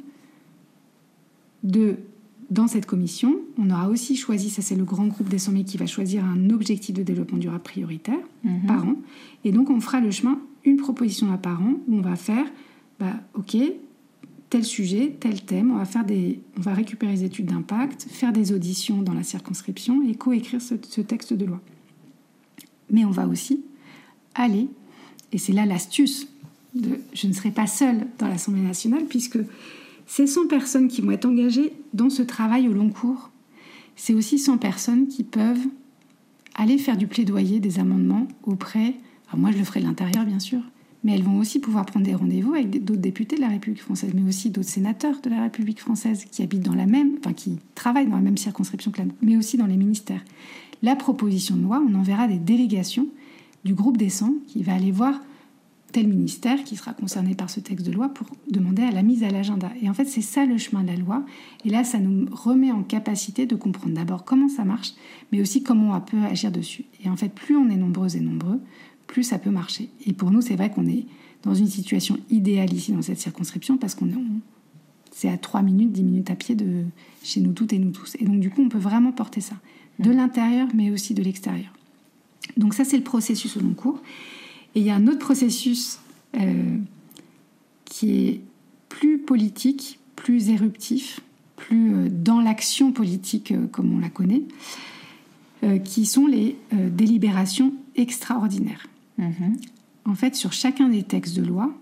dans cette commission. On aura aussi choisi, ça c'est le grand groupe des 100 000 qui va choisir un objectif de développement durable prioritaire par an. Et donc on fera le chemin, une proposition de loi par an, où on va faire, ok, tel sujet, tel thème, on va récupérer les études d'impact, faire des auditions dans la circonscription et coécrire ce texte de loi. Mais on va aussi aller, et c'est là l'astuce, je ne serai pas seule dans l'Assemblée nationale, puisque ces 100 personnes qui vont être engagées dans ce travail au long cours, c'est aussi 100 personnes qui peuvent aller faire du plaidoyer, des amendements auprès, alors moi je le ferai de l'intérieur bien sûr, mais elles vont aussi pouvoir prendre des rendez-vous avec d'autres députés de la République française, mais aussi d'autres sénateurs de la République française qui habitent qui travaillent dans la même circonscription que la nôtre, mais aussi dans les ministères. La proposition de loi, on enverra des délégations du groupe des 100 qui va aller voir tel ministère qui sera concerné par ce texte de loi pour demander à la mise à l'agenda. Et en fait, c'est ça le chemin de la loi. Et là, ça nous remet en capacité de comprendre d'abord comment ça marche, mais aussi comment on peut agir dessus. Et en fait, plus on est nombreuses et nombreux, plus ça peut marcher. Et pour nous, c'est vrai qu'on est dans une situation idéale ici dans cette circonscription parce c'est à 3 minutes, 10 minutes à pied de chez nous toutes et nous tous. Et donc, du coup, on peut vraiment porter ça de l'intérieur, mais aussi de l'extérieur. Donc ça, c'est le processus au long cours. Et il y a un autre processus qui est plus politique, plus éruptif, plus dans l'action politique comme on la connaît, qui sont les délibérations extraordinaires. En fait, sur chacun des textes de loi,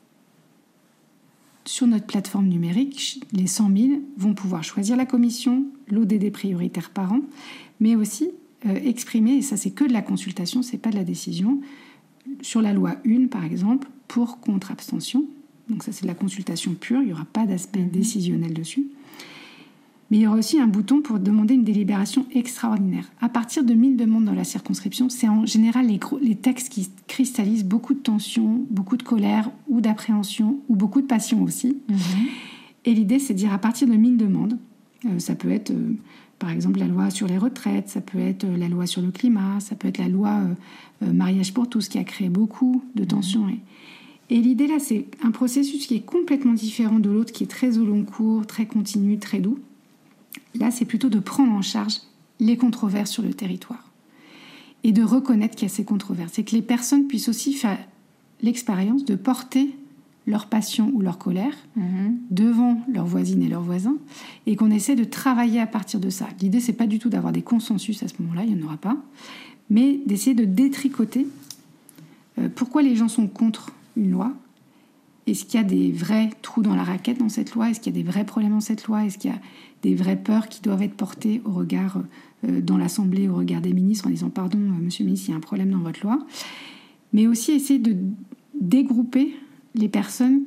sur notre plateforme numérique, les 100 000 vont pouvoir choisir la commission, l'ODD prioritaire par an, mais aussi exprimer, et ça c'est que de la consultation, c'est pas de la décision, sur la loi 1 par exemple, pour contre-abstention. Donc ça c'est de la consultation pure, il n'y aura pas d'aspect décisionnel dessus. Mais il y aura aussi un bouton pour demander une délibération extraordinaire. À partir de 1000 demandes dans la circonscription, c'est en général les textes qui cristallisent beaucoup de tension, beaucoup de colère ou d'appréhension, ou beaucoup de passion aussi. Et l'idée, c'est de dire à partir de 1000 demandes, ça peut être par exemple la loi sur les retraites, ça peut être la loi sur le climat, ça peut être la loi mariage pour tous qui a créé beaucoup de tensions. Et l'idée là, c'est un processus qui est complètement différent de l'autre, qui est très au long cours, très continu, très doux. Là, c'est plutôt de prendre en charge les controverses sur le territoire et de reconnaître qu'il y a ces controverses et que les personnes puissent aussi faire l'expérience de porter leur passion ou leur colère devant leurs voisines et leurs voisins et qu'on essaie de travailler à partir de ça. L'idée, c'est pas du tout d'avoir des consensus à ce moment-là, il n'y en aura pas, mais d'essayer de détricoter pourquoi les gens sont contre une loi. Est-ce qu'il y a des vrais trous dans la raquette dans cette loi? Est-ce qu'il y a des vrais problèmes dans cette loi? Est-ce qu'il y a des vraies peurs qui doivent être portées au regard dans l'Assemblée, au regard des ministres, en disant « Pardon, monsieur le ministre, il y a un problème dans votre loi ». Mais aussi essayer de dégrouper les personnes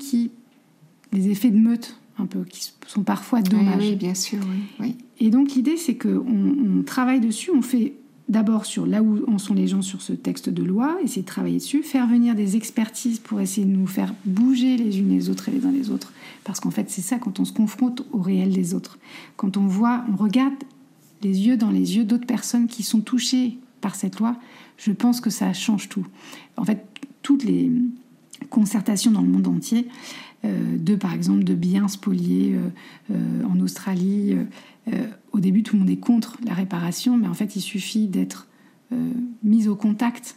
les effets de meute, un peu, qui sont parfois dommages. Oui, bien sûr, oui. Et donc l'idée, c'est qu'on travaille dessus, on fait d'abord sur là où en sont les gens sur ce texte de loi, essayer de travailler dessus, faire venir des expertises pour essayer de nous faire bouger les unes les autres et les uns les autres. Parce qu'en fait, c'est ça, quand on se confronte au réel des autres. Quand on regarde les yeux dans les yeux d'autres personnes qui sont touchées par cette loi, je pense que ça change tout. En fait, toutes les concertations dans le monde entier, par exemple, de biens spoliés en Australie. Au début, tout le monde est contre la réparation, mais en fait, il suffit d'être mis au contact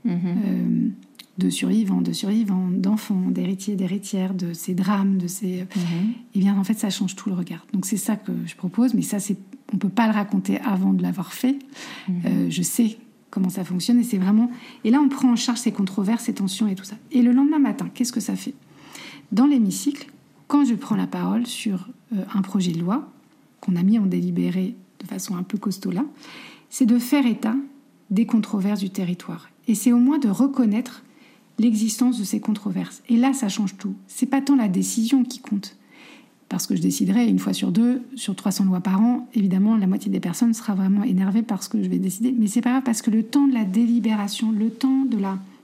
de survivants, d'enfants, d'héritiers, d'héritières, de ces drames, et bien, en fait, ça change tout le regard. Donc, c'est ça que je propose, mais ça, on ne peut pas le raconter avant de l'avoir fait. Je sais comment ça fonctionne, et c'est vraiment... Et là, on prend en charge ces controverses, ces tensions et tout ça. Et le lendemain matin, qu'est-ce que ça fait ? Dans l'hémicycle, quand je prends la parole sur un projet de loi qu'on a mis en délibéré de façon un peu costaud là, c'est de faire état des controverses du territoire. Et c'est au moins de reconnaître l'existence de ces controverses. Et là, ça change tout. C'est pas tant la décision qui compte. Parce que je déciderai une fois sur 2, sur 300 lois par an, évidemment, la moitié des personnes sera vraiment énervée par ce que je vais décider. Mais c'est pas grave, parce que le temps de la délibération, le temps de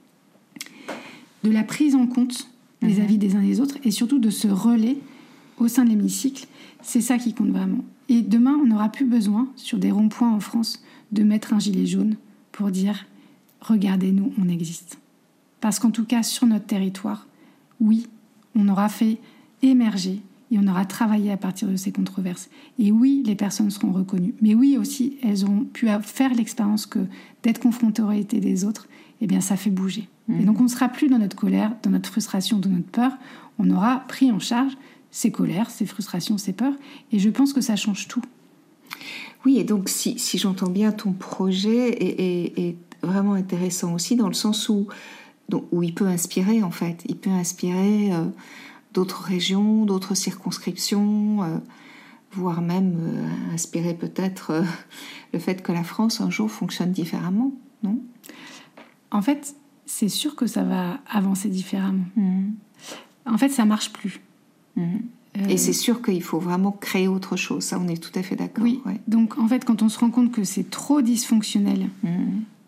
la prise en compte des avis des uns et des autres, et surtout de se relayer au sein de l'hémicycle, c'est ça qui compte vraiment. Et demain, on n'aura plus besoin, sur des ronds-points en France, de mettre un gilet jaune pour dire « Regardez-nous, on existe ». Parce qu'en tout cas, sur notre territoire, oui, on aura fait émerger et on aura travaillé à partir de ces controverses. Et oui, les personnes seront reconnues. Mais oui, aussi, elles ont pu faire l'expérience que d'être confrontées aux réalités des autres, eh bien, ça fait bouger. Et donc, on ne sera plus dans notre colère, dans notre frustration, dans notre peur. On aura pris en charge ces colères, ces frustrations, ces peurs. Et je pense que ça change tout. Oui, et donc, si j'entends bien, ton projet est vraiment intéressant aussi dans le sens où il peut inspirer, en fait. Il peut inspirer d'autres régions, d'autres circonscriptions, voire même inspirer peut-être le fait que la France, un jour, fonctionne différemment, non ? En fait, c'est sûr que ça va avancer différemment. En fait, ça marche plus. Et c'est sûr qu'il faut vraiment créer autre chose. Ça, on est tout à fait d'accord. Oui. Ouais. Donc, en fait, quand on se rend compte que c'est trop dysfonctionnel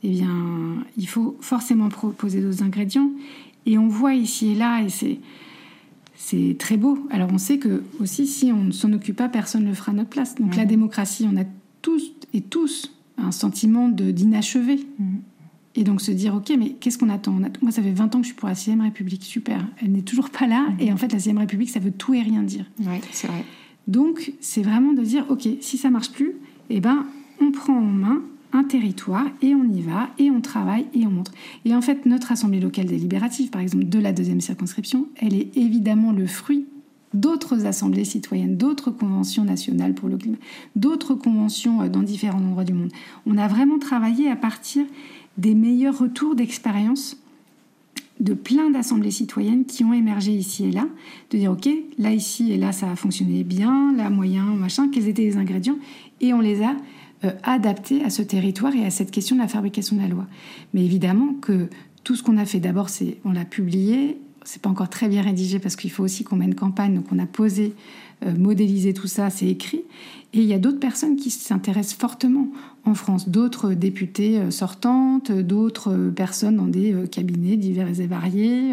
eh bien, il faut forcément proposer d'autres ingrédients. Et on voit ici et là, et c'est très beau. Alors on sait que aussi, si on ne s'en occupe pas, personne ne le fera à notre place. Donc la démocratie, on a tous un sentiment d'inachevé. Et donc se dire, ok, mais qu'est-ce qu'on attend? Moi, ça fait 20 ans que je suis pour la 6ème République, super. Elle n'est toujours pas là. Et en fait, la 6ème République, ça veut tout et rien dire. Oui, c'est vrai. Donc, c'est vraiment de dire, ok, si ça marche plus, eh ben, on prend en main un territoire et on y va et on travaille et on montre. Et en fait, notre assemblée locale délibérative, par exemple, de la 2e circonscription, elle est évidemment le fruit d'autres assemblées citoyennes, d'autres conventions nationales pour le climat, d'autres conventions dans différents endroits du monde. On a vraiment travaillé à partir des meilleurs retours d'expérience de plein d'assemblées citoyennes qui ont émergé ici et là, de dire ok, là, ici et là, ça a fonctionné bien, là, moyen, machin, quels étaient les ingrédients, et on les a adaptés à ce territoire et à cette question de la fabrication de la loi. Mais évidemment que tout ce qu'on a fait d'abord, c'est on l'a publié, c'est pas encore très bien rédigé parce qu'il faut aussi qu'on mène campagne, donc on a posé, modélisé tout ça, c'est écrit, et il y a d'autres personnes qui s'intéressent fortement en France, d'autres députées sortantes, d'autres personnes dans des cabinets divers et variés,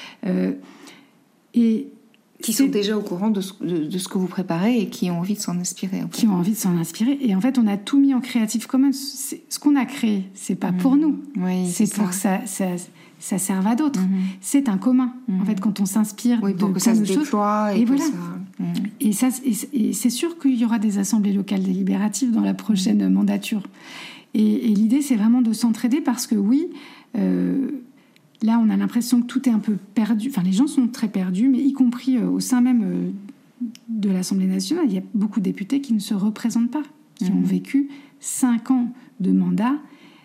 et qui sont déjà au courant de ce que vous préparez et qui ont envie de s'en inspirer. En fait. Qui ont envie de s'en inspirer. Et en fait, on a tout mis en Creative Commons. Ce qu'on a créé, c'est pas pour nous. Oui, c'est pour que ça serve à d'autres. C'est un commun. En fait, quand on s'inspire de pour que ça se déploie et voilà. Ça... Et c'est sûr qu'il y aura des assemblées locales délibératives dans la prochaine mandature. Et l'idée, c'est vraiment de s'entraider parce que oui... Là, on a l'impression que tout est un peu perdu. Enfin, les gens sont très perdus, mais y compris au sein même de l'Assemblée nationale, il y a beaucoup de députés qui ne se représentent pas, qui ont vécu 5 ans de mandat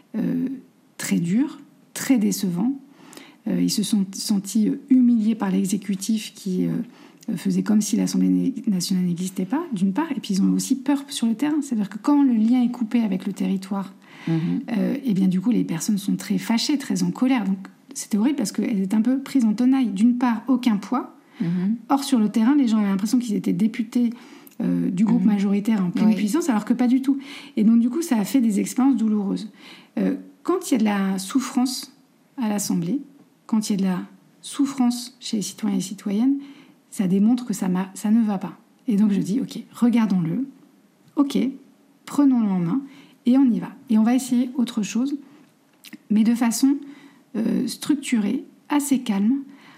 très durs, très décevants. Ils se sont sentis humiliés par l'exécutif qui faisait comme si l'Assemblée nationale n'existait pas, d'une part, et puis ils ont aussi peur sur le terrain. C'est-à-dire que quand le lien est coupé avec le territoire, et bien du coup, les personnes sont très fâchées, très en colère. Donc, c'était horrible parce qu'elles étaient un peu prises en tenaille. D'une part, aucun poids. Or, sur le terrain, les gens avaient l'impression qu'ils étaient députés du groupe majoritaire en pleine puissance, alors que pas du tout. Et donc, du coup, ça a fait des expériences douloureuses. Quand il y a de la souffrance à l'Assemblée, quand il y a de la souffrance chez les citoyens et les citoyennes, ça démontre que ça ne va pas. Et donc, je dis, ok, regardons-le. Ok, prenons-le en main et on y va. Et on va essayer autre chose, mais de façon... structurée, assez calme,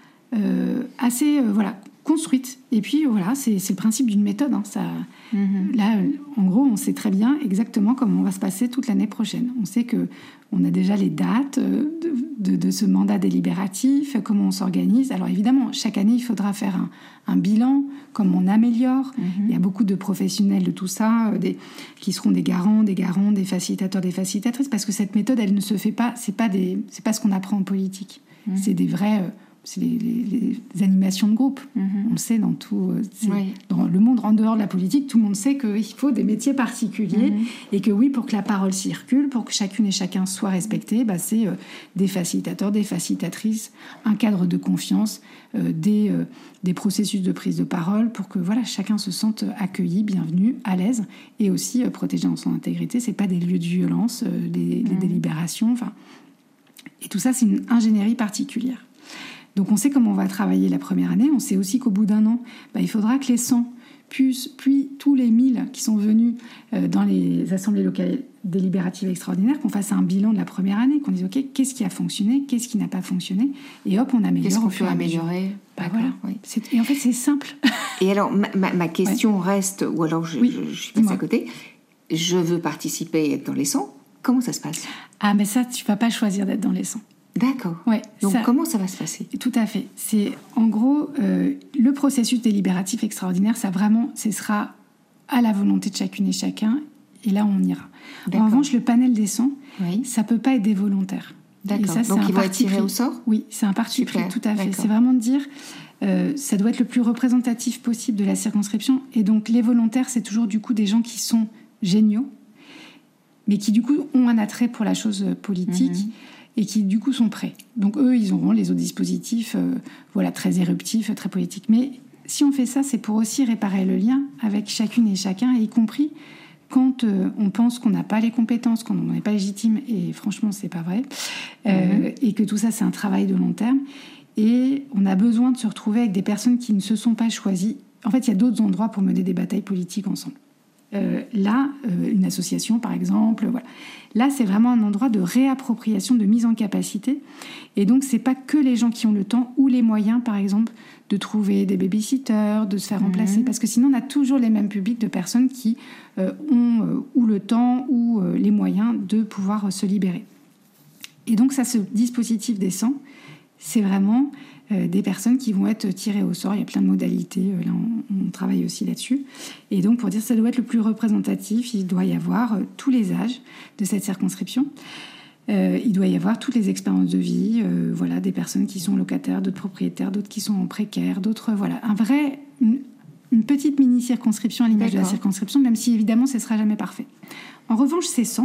assez construite. Et puis voilà, c'est le principe d'une méthode. Hein, ça, là, en gros, on sait très bien exactement comment on va se passer toute l'année prochaine. On sait qu'on a déjà les dates de ce mandat délibératif, comment on s'organise. Alors évidemment, chaque année, il faudra faire un bilan, comment on améliore. Il y a beaucoup de professionnels de tout ça, qui seront des garants, des facilitateurs, des facilitatrices, parce que cette méthode, elle ne se fait pas, c'est pas ce qu'on apprend en politique. C'est des vrais... c'est les animations de groupe. On le sait dans tout... Dans le monde en dehors de la politique, tout le monde sait qu'il faut des métiers particuliers et que oui, pour que la parole circule, pour que chacune et chacun soit respecté, c'est des facilitateurs, des facilitatrices, un cadre de confiance, des processus de prise de parole pour que chacun se sente accueilli, bienvenu, à l'aise et aussi protégé dans son intégrité. C'est pas des lieux de violence, les délibérations. Et tout ça, c'est une ingénierie particulière. Donc on sait comment on va travailler la première année. On sait aussi qu'au bout d'un an, il faudra que les 100, puis tous les 1000 qui sont venus dans les assemblées locales délibératives extraordinaires, qu'on fasse un bilan de la première année, qu'on dise ok, qu'est-ce qui a fonctionné, qu'est-ce qui n'a pas fonctionné, et hop, on améliore. Qu'est-ce qu'on peut améliorer? Voilà. Oui. Et en fait, c'est simple. Et alors, ma question reste, ou alors je suis passée à côté, je veux participer et être dans les 100, comment ça se passe? Ah, mais ça, tu ne vas pas choisir d'être dans les 100. D'accord. Ouais, donc comment ça va se passer? Tout à fait. C'est en gros le processus délibératif extraordinaire. Ce sera à la volonté de chacune et chacun. Et là, on ira. En revanche, le panel des 100, ça peut pas être des volontaires. D'accord. Ça, donc ils vont être tirés au sort? Oui, c'est un parti pris. Tout à fait. C'est vraiment de dire ça doit être le plus représentatif possible de la circonscription. Et donc les volontaires, c'est toujours du coup des gens qui sont géniaux, mais qui du coup ont un attrait pour la chose politique. Et qui du coup sont prêts. Donc eux, ils auront les autres dispositifs très éruptifs, très politiques. Mais si on fait ça, c'est pour aussi réparer le lien avec chacune et chacun, y compris quand on pense qu'on n'a pas les compétences, qu'on n'est pas légitime, et franchement, c'est pas vrai, et que tout ça, c'est un travail de long terme. Et on a besoin de se retrouver avec des personnes qui ne se sont pas choisies. En fait, il y a d'autres endroits pour mener des batailles politiques ensemble. Une association, par exemple, voilà. Là, c'est vraiment un endroit de réappropriation, de mise en capacité. Et donc, c'est pas que les gens qui ont le temps ou les moyens, par exemple, de trouver des babysitters, de se faire remplacer. Parce que sinon, on a toujours les mêmes publics de personnes qui ont ou le temps ou les moyens de pouvoir se libérer. Et donc, ça, ce dispositif des 100, c'est vraiment des personnes qui vont être tirées au sort. Il y a plein de modalités. Là, on travaille aussi là-dessus. Et donc, pour dire que ça doit être le plus représentatif, il doit y avoir tous les âges de cette circonscription. Il doit y avoir toutes les expériences de vie. Voilà, des personnes qui sont locataires, d'autres propriétaires, d'autres qui sont précaires, d'autres... Voilà, une petite mini-circonscription à l'image de la circonscription, même si, évidemment, ce ne sera jamais parfait. En revanche, ces 100,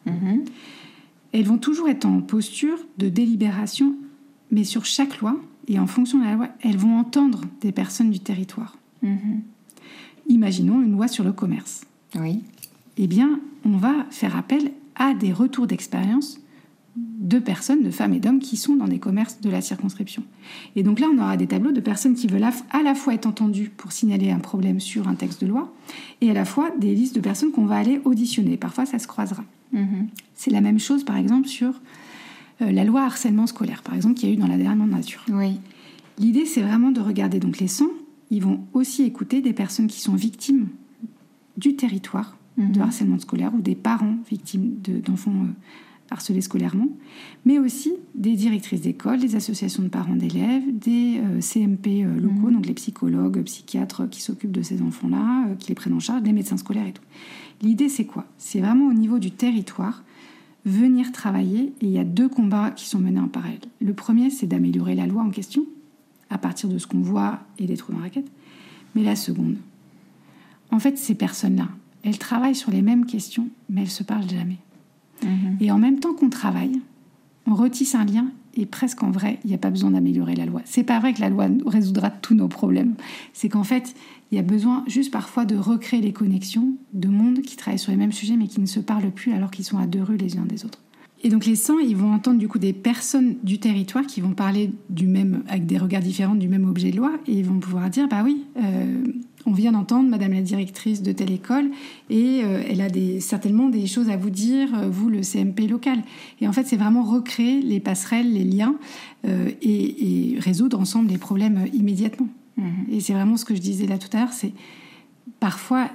elles vont toujours être en posture de délibération, mais sur chaque loi, et en fonction de la loi, elles vont entendre des personnes du territoire. Imaginons une loi sur le commerce. Oui. Eh bien, on va faire appel à des retours d'expérience de personnes, de femmes et d'hommes qui sont dans des commerces de la circonscription. Et donc là, on aura des tableaux de personnes qui veulent à la fois être entendues pour signaler un problème sur un texte de loi, et à la fois des listes de personnes qu'on va aller auditionner. Parfois, ça se croisera. C'est la même chose, par exemple, sur... la loi harcèlement scolaire, par exemple, qu'il y a eu dans la dernière mandature. Oui. L'idée, c'est vraiment de regarder donc les 100. Ils vont aussi écouter des personnes qui sont victimes du territoire de harcèlement scolaire ou des parents victimes d'enfants harcelés scolairement, mais aussi des directrices d'école, des associations de parents d'élèves, des CMP locaux, donc les psychologues, psychiatres qui s'occupent de ces enfants-là, qui les prennent en charge, les médecins scolaires et tout. L'idée, c'est quoi ? C'est vraiment au niveau du territoire venir travailler, et il y a 2 combats qui sont menés en parallèle. Le premier, c'est d'améliorer la loi en question, à partir de ce qu'on voit et des trous dans la raquette. Mais la seconde, en fait, ces personnes-là, elles travaillent sur les mêmes questions, mais elles ne se parlent jamais. Et en même temps qu'on travaille, on retisse un lien, et presque en vrai, il n'y a pas besoin d'améliorer la loi. C'est pas vrai que la loi résoudra tous nos problèmes. C'est qu'en fait, il y a besoin juste parfois de recréer les connexions de mondes qui travaillent sur les mêmes sujets mais qui ne se parlent plus alors qu'ils sont à 2 rues les uns des autres. Et donc les 100, ils vont entendre du coup des personnes du territoire qui vont parler avec des regards différents du même objet de loi, et ils vont pouvoir dire, bah oui, on vient d'entendre madame la directrice de telle école et elle a certainement des choses à vous dire, vous le CMP local. Et en fait, c'est vraiment recréer les passerelles, les liens et résoudre ensemble les problèmes immédiatement. Et c'est vraiment ce que je disais là tout à l'heure, c'est parfois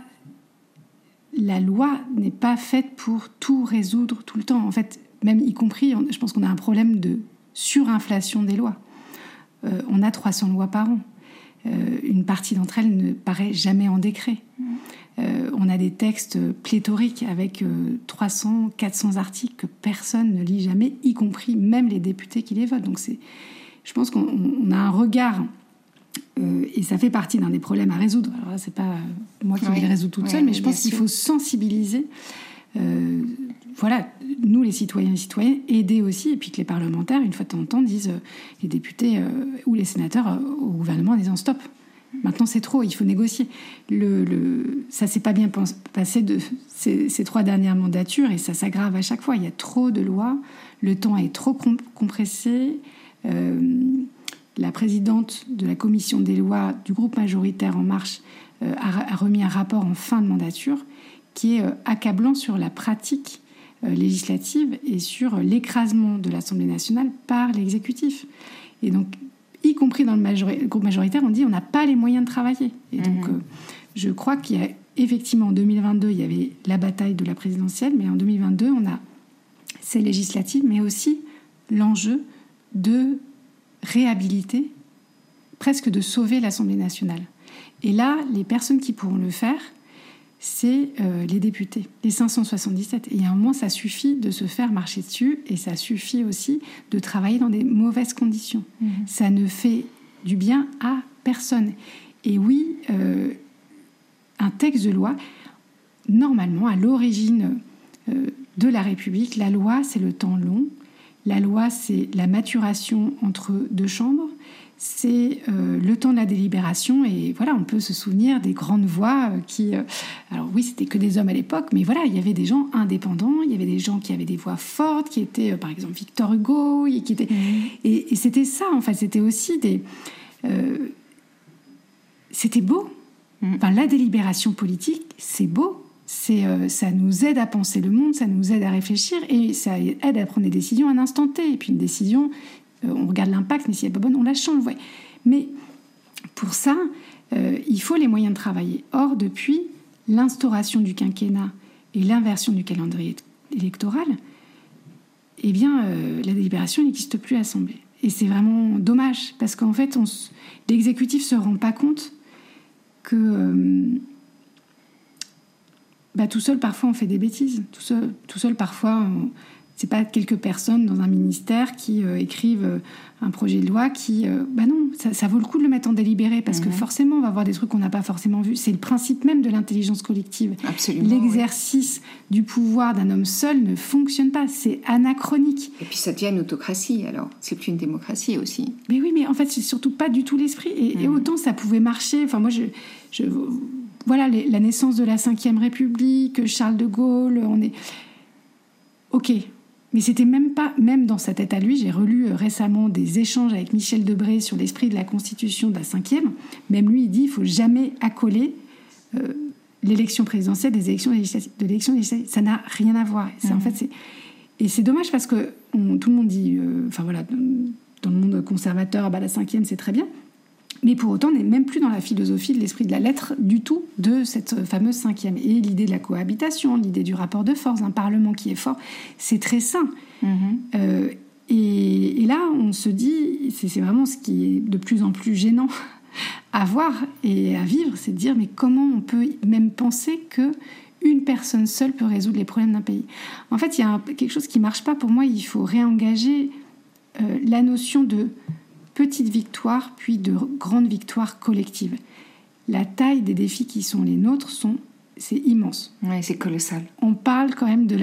la loi n'est pas faite pour tout résoudre tout le temps. En fait, même y compris, je pense qu'on a un problème de surinflation des lois. On a 300 lois par an. Une partie d'entre elles ne paraît jamais en décret. On a des textes pléthoriques avec 300, 400 articles que personne ne lit jamais, y compris même les députés qui les votent. Donc je pense qu'on a un regard... et ça fait partie d'un des problèmes à résoudre. Alors là, c'est pas moi qui vais les résoudre toute seule, mais je pense qu'il faut sensibiliser, nous les citoyens et citoyennes, aider aussi, et puis que les parlementaires, une fois de temps en temps, disent, les députés ou les sénateurs au gouvernement en disant stop. Maintenant, c'est trop, il faut négocier. Ça s'est pas bien passé de ces 3 dernières mandatures, et ça s'aggrave à chaque fois. Il y a trop de lois, le temps est trop compressé. La présidente de la commission des lois du groupe majoritaire En Marche a remis un rapport en fin de mandature qui est accablant sur la pratique législative et sur l'écrasement de l'Assemblée nationale par l'exécutif. Et donc, y compris dans le groupe majoritaire, on dit on n'a pas les moyens de travailler. Et donc, je crois qu'il y a effectivement en 2022, il y avait la bataille de la présidentielle, mais en 2022, on a ces législatives, mais aussi l'enjeu de réhabiliter, presque de sauver l'Assemblée nationale. Et là, les personnes qui pourront le faire, c'est les députés, les 577. Et à un moment, ça suffit de se faire marcher dessus, et ça suffit aussi de travailler dans des mauvaises conditions. Ça ne fait du bien à personne. Et oui, un texte de loi, normalement, à l'origine de la République, la loi, c'est le temps long. La loi, c'est la maturation entre 2 chambres. c'est le temps de la délibération. Et voilà, on peut se souvenir des grandes voix qui... alors oui, c'était que des hommes à l'époque, mais voilà, il y avait des gens indépendants, il y avait des gens qui avaient des voix fortes, qui étaient, par exemple, Victor Hugo, et qui étaient... Et c'était ça, en fait, c'était aussi des... c'était beau. Enfin, la délibération politique, c'est beau. Ça nous aide à penser le monde, ça nous aide à réfléchir, et ça aide à prendre des décisions à un instant T. Et puis une décision... on regarde l'impact, mais si elle n'est pas bonne, on la change. Ouais. Mais pour ça, il faut les moyens de travailler. Or, depuis l'instauration du quinquennat et l'inversion du calendrier électoral, eh bien, la délibération n'existe plus à l'Assemblée. Et c'est vraiment dommage, parce qu'en fait, l'exécutif ne se rend pas compte que... tout seul, parfois, on fait des bêtises. Tout seul parfois... C'est pas quelques personnes dans un ministère qui écrivent un projet de loi qui... non, ça vaut le coup de le mettre en délibéré, parce que forcément, on va voir des trucs qu'on n'a pas forcément vus. C'est le principe même de l'intelligence collective. Absolument. L'exercice du pouvoir d'un homme seul ne fonctionne pas. C'est anachronique. Et puis ça devient une autocratie, alors. C'est plus une démocratie aussi. Mais oui, mais en fait, c'est surtout pas du tout l'esprit. Et autant ça pouvait marcher... Enfin, moi, voilà, la naissance de la Ve République, Charles de Gaulle, on est... OK. Mais c'était même dans sa tête à lui, j'ai relu récemment des échanges avec Michel Debré sur l'esprit de la Constitution de la Ve. Même lui, il dit qu'il ne faut jamais accoler l'élection présidentielle des élections législatives. Ça n'a rien à voir. En fait, et c'est dommage parce que tout le monde dit... dans le monde conservateur, la Ve, c'est très bien. Mais pour autant, on n'est même plus dans la philosophie de l'esprit de la lettre du tout de cette fameuse Ve. Et l'idée de la cohabitation, l'idée du rapport de force, d'un Parlement qui est fort, c'est très sain. Et là, on se dit, c'est vraiment ce qui est de plus en plus gênant à voir et à vivre, c'est de dire, mais comment on peut même penser qu'une personne seule peut résoudre les problèmes d'un pays ? En fait, il y a quelque chose qui ne marche pas. Pour moi, il faut réengager la notion de petite victoire, puis de grande victoire collective. La taille des défis qui sont les nôtres, c'est immense. Oui, c'est colossal. On parle quand même de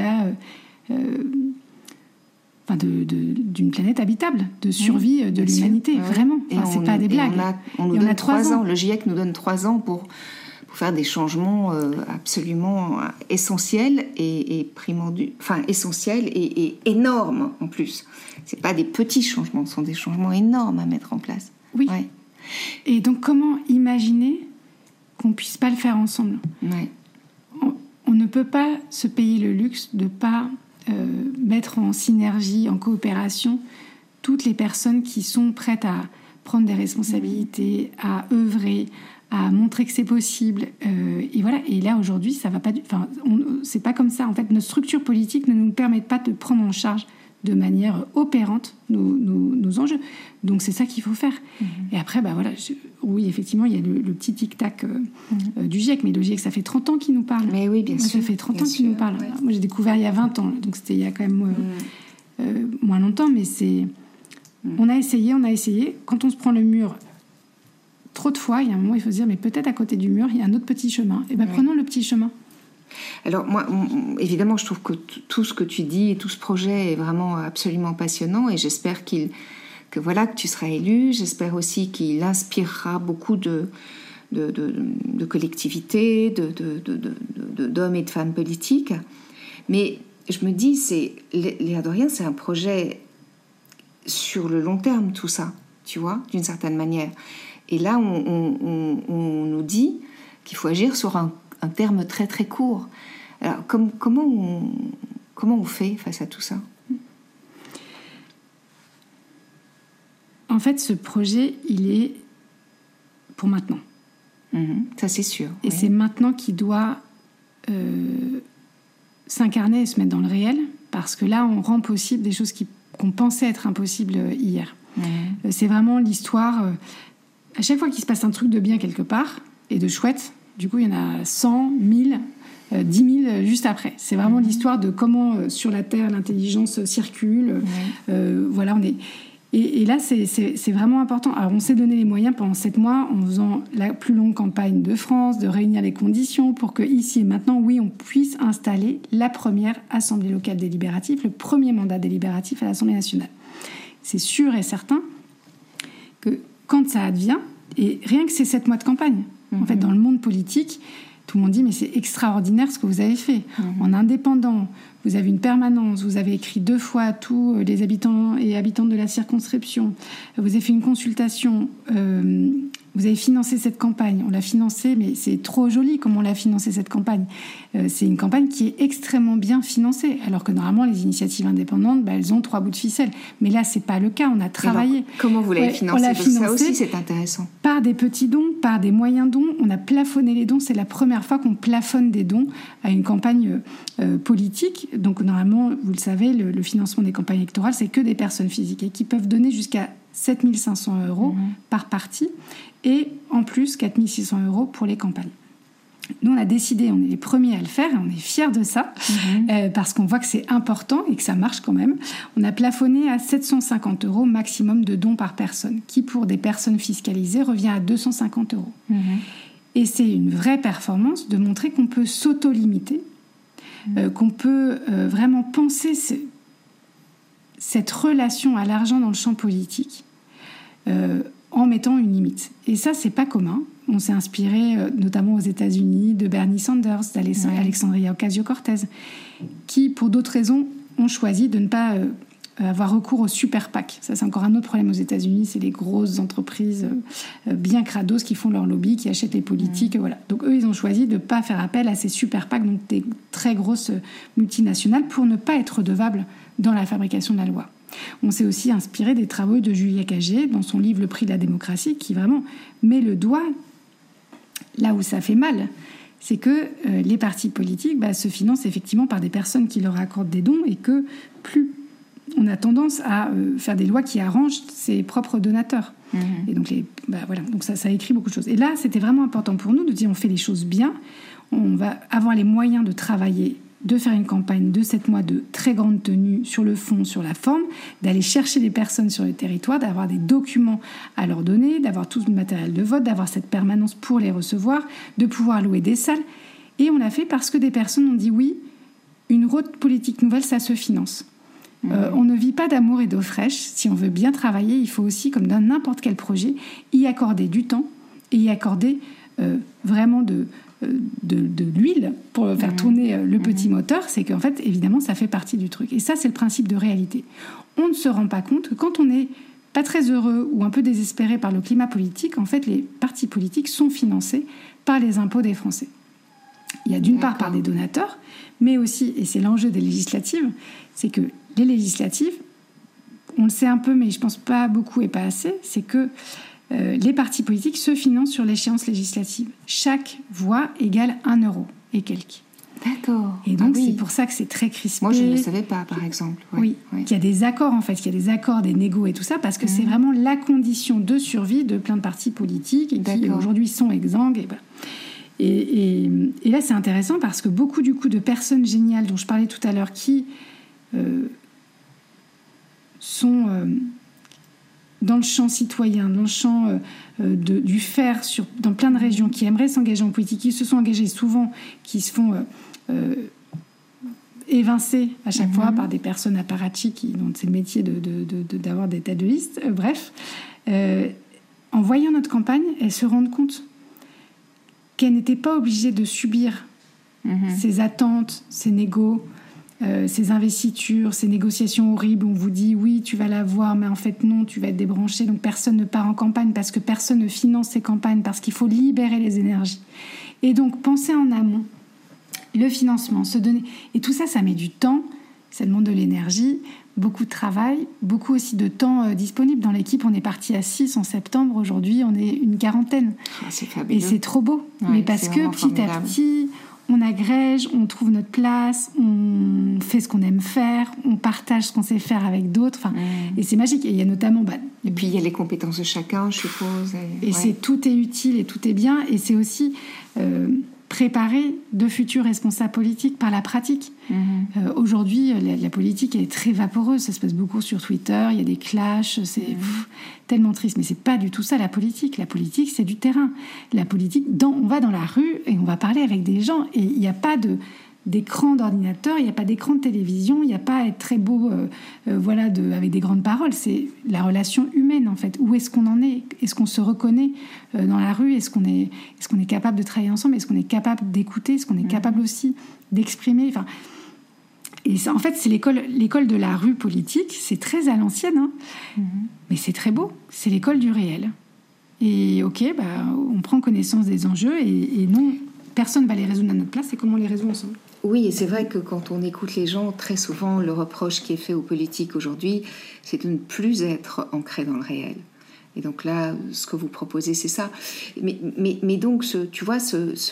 d'une planète habitable, de survie de l'humanité, vraiment. C'est pas des blagues. On nous donne 3 ans. Le GIEC nous donne 3 ans pour faire des changements absolument essentiels essentiels et énormes en plus. C'est pas des petits changements, ce sont des changements énormes à mettre en place. Oui. Ouais. Et donc comment imaginer qu'on puisse pas le faire ensemble ? Ouais. On ne peut pas se payer le luxe de pas mettre en synergie, en coopération, toutes les personnes qui sont prêtes à prendre des responsabilités, à œuvrer, à montrer que c'est possible. Et voilà. Et là, aujourd'hui, ça va pas... c'est pas comme ça. En fait, notre structure politique ne nous permet pas de prendre en charge de manière opérante nos enjeux. Donc, c'est ça qu'il faut faire. Et après, oui, effectivement, il y a le petit tic-tac du GIEC. Mais le GIEC, ça fait 30 ans qu'il nous parle. Mais oui, bien sûr. Ça fait 30 ans qu'il nous parle. Ouais. Moi, j'ai découvert il y a 20 ans. Donc, c'était il y a quand même moins longtemps. Mais c'est... On a essayé. Quand on se prend le mur... Trop de fois, il y a un moment, il faut se dire, mais peut-être à côté du mur, il y a un autre petit chemin. Et prenons le petit chemin. Alors, moi, évidemment, je trouve que tout ce que tu dis et tout ce projet est vraiment absolument passionnant. Et j'espère que tu seras élu. J'espère aussi qu'il inspirera beaucoup de collectivités, d'hommes et de femmes politiques. Mais je me dis, l'air de rien, c'est un projet sur le long terme, tout ça, tu vois, d'une certaine manière. Et là, on nous dit qu'il faut agir sur un terme très très court. Alors, comment on fait face à tout ça ? En fait, ce projet, il est pour maintenant. Ça, c'est sûr. Et c'est maintenant qu'il doit s'incarner et se mettre dans le réel, parce que là, on rend possible des choses qu'on pensait être impossibles hier. C'est vraiment l'histoire... à chaque fois qu'il se passe un truc de bien quelque part, et de chouette, du coup, il y en a 100, 1000, 10 000 juste après. C'est vraiment l'histoire de comment, sur la Terre, l'intelligence circule. Voilà, on est... Et là, c'est vraiment important. Alors, on s'est donné les moyens pendant 7 mois, en faisant la plus longue campagne de France, de réunir les conditions pour que, ici et maintenant, oui, on puisse installer la première Assemblée locale délibérative, le premier mandat délibératif à l'Assemblée nationale. C'est sûr et certain que quand ça advient, et rien que ces 7 mois de campagne, en fait, dans le monde politique, tout le monde dit, mais c'est extraordinaire ce que vous avez fait. En indépendant, vous avez une permanence, vous avez écrit 2 fois à tous les habitants et habitantes de la circonscription, vous avez fait une consultation, vous avez financé cette campagne. On l'a financée, mais c'est trop joli comment on l'a financé cette campagne. C'est une campagne qui est extrêmement bien financée, alors que normalement, les initiatives indépendantes, elles ont 3 bouts de ficelle. Mais là, c'est pas le cas, on a travaillé. Alors, comment vous l'avez financé? Parce que ça aussi, c'est intéressant. Par des petits dons, par des moyens dons. On a plafonné les dons. C'est la première fois qu'on plafonne des dons à une campagne politique. Donc, normalement, vous le savez, le financement des campagnes électorales, c'est que des personnes physiques et qui peuvent donner jusqu'à 7 500 € par parti et en plus 4 600 € pour les campagnes. Nous, on a décidé, on est les premiers à le faire, et on est fiers de ça, parce qu'on voit que c'est important et que ça marche quand même. On a plafonné à 750 € maximum de dons par personne, qui pour des personnes fiscalisées revient à 250 €. Et c'est une vraie performance de montrer qu'on peut s'auto-limiter, qu'on peut vraiment penser cette relation à l'argent dans le champ politique en mettant une limite. Et ça, c'est pas commun. On s'est inspiré notamment aux États-Unis de Bernie Sanders, d'Alexandria Ocasio-Cortez, qui, pour d'autres raisons, ont choisi de ne pas avoir recours au super PAC. Ça, c'est encore un autre problème aux États-Unis. C'est les grosses entreprises bien crados qui font leur lobby, qui achètent les politiques. Voilà. Donc, eux, ils ont choisi de ne pas faire appel à ces super PAC, donc des très grosses multinationales, pour ne pas être redevables dans la fabrication de la loi. On s'est aussi inspiré des travaux de Julia Cagé dans son livre Le prix de la démocratie, qui vraiment met le doigt là où ça fait mal. C'est que les partis politiques se financent effectivement par des personnes qui leur accordent des dons, et que plus on a tendance à faire des lois qui arrangent ses propres donateurs. Et donc, voilà. Donc ça écrit beaucoup de choses. Et là, c'était vraiment important pour nous de dire on fait les choses bien, on va avoir les moyens de travailler, de faire une campagne de 7 mois de très grande tenue sur le fond, sur la forme, d'aller chercher les personnes sur le territoire, d'avoir des documents à leur donner, d'avoir tout le matériel de vote, d'avoir cette permanence pour les recevoir, de pouvoir louer des salles. Et on l'a fait parce que des personnes ont dit oui, une route politique nouvelle, ça se finance. On ne vit pas d'amour et d'eau fraîche. Si on veut bien travailler, il faut aussi, comme dans n'importe quel projet, y accorder du temps et y accorder vraiment de l'huile pour faire tourner le petit moteur. C'est qu'en fait, évidemment, ça fait partie du truc. Et ça, c'est le principe de réalité. On ne se rend pas compte que quand on n'est pas très heureux ou un peu désespéré par le climat politique, en fait, les partis politiques sont financés par les impôts des Français. Il y a d'une part par des donateurs, mais aussi, et c'est l'enjeu des législatives, c'est que les législatives, on le sait un peu, mais je pense pas beaucoup et pas assez, c'est que les partis politiques se financent sur l'échéance législative. Chaque voix égale 1 € et quelques. D'accord. Et donc, c'est pour ça que c'est très crispé. Moi, je ne le savais pas, par exemple. Oui. Qu'il y a des accords, en fait, qu'il y a des accords, des négos et tout ça, parce que c'est vraiment la condition de survie de plein de partis politiques et qui, aujourd'hui, sont exsangues. Et là, c'est intéressant parce que beaucoup, du coup, de personnes géniales dont je parlais tout à l'heure qui sont dans le champ citoyen, dans le champ du faire dans plein de régions, qui aimeraient s'engager en politique, qui se sont engagés souvent, qui se font évincer à chaque fois par des personnes apparatchiks dont c'est le métier d'avoir des têtes de liste. Bref, en voyant notre campagne, elles se rendent compte qu'elles n'étaient pas obligées de subir ces attentes, ces négos, ces investitures, ces négociations horribles où on vous dit oui, tu vas l'avoir, mais en fait non, tu vas être débranché. Donc personne ne part en campagne parce que personne ne finance ces campagnes, parce qu'il faut libérer les énergies. Et donc penser en amont, le financement, se donner. Et tout ça, ça met du temps, ça demande de l'énergie, beaucoup de travail, beaucoup aussi de temps disponible. Dans l'équipe, on est parti à 6 en septembre. Aujourd'hui, on est une 40aine. C'est fabuleux. Et c'est trop beau. Mais parce que petit à petit, on agrège, on trouve notre place, on fait ce qu'on aime faire, on partage ce qu'on sait faire avec d'autres. Et c'est magique. Et il y a notamment... et puis, il y a les compétences de chacun, je suppose. Et tout est utile et tout est bien. Et c'est aussi... préparer de futurs responsables politiques par la pratique. Aujourd'hui, la politique est très vaporeuse. Ça se passe beaucoup sur Twitter. Il y a des clashs. C'est tellement triste. Mais c'est pas du tout ça, la politique. La politique, c'est du terrain. La politique, on va dans la rue et on va parler avec des gens. Et il n'y a pas d'écran d'ordinateur, il n'y a pas d'écran de télévision, il n'y a pas à être très beau avec des grandes paroles. C'est la relation humaine, en fait. Où est-ce qu'on en est ? Est-ce qu'on se reconnaît dans la rue ? Est-ce qu'on est capable de travailler ensemble ? Est-ce qu'on est capable d'écouter ? Est-ce qu'on est capable aussi d'exprimer ? Enfin, et ça, en fait, c'est l'école de la rue politique. C'est très à l'ancienne, hein, mais c'est très beau. C'est l'école du réel. Et on prend connaissance des enjeux et non, personne ne va les résoudre à notre place. C'est comment on les résout ensemble. Oui, et c'est vrai que quand on écoute les gens, très souvent, le reproche qui est fait aux politiques aujourd'hui, c'est de ne plus être ancré dans le réel. Et donc là, ce que vous proposez, c'est ça. Mais donc, tu vois,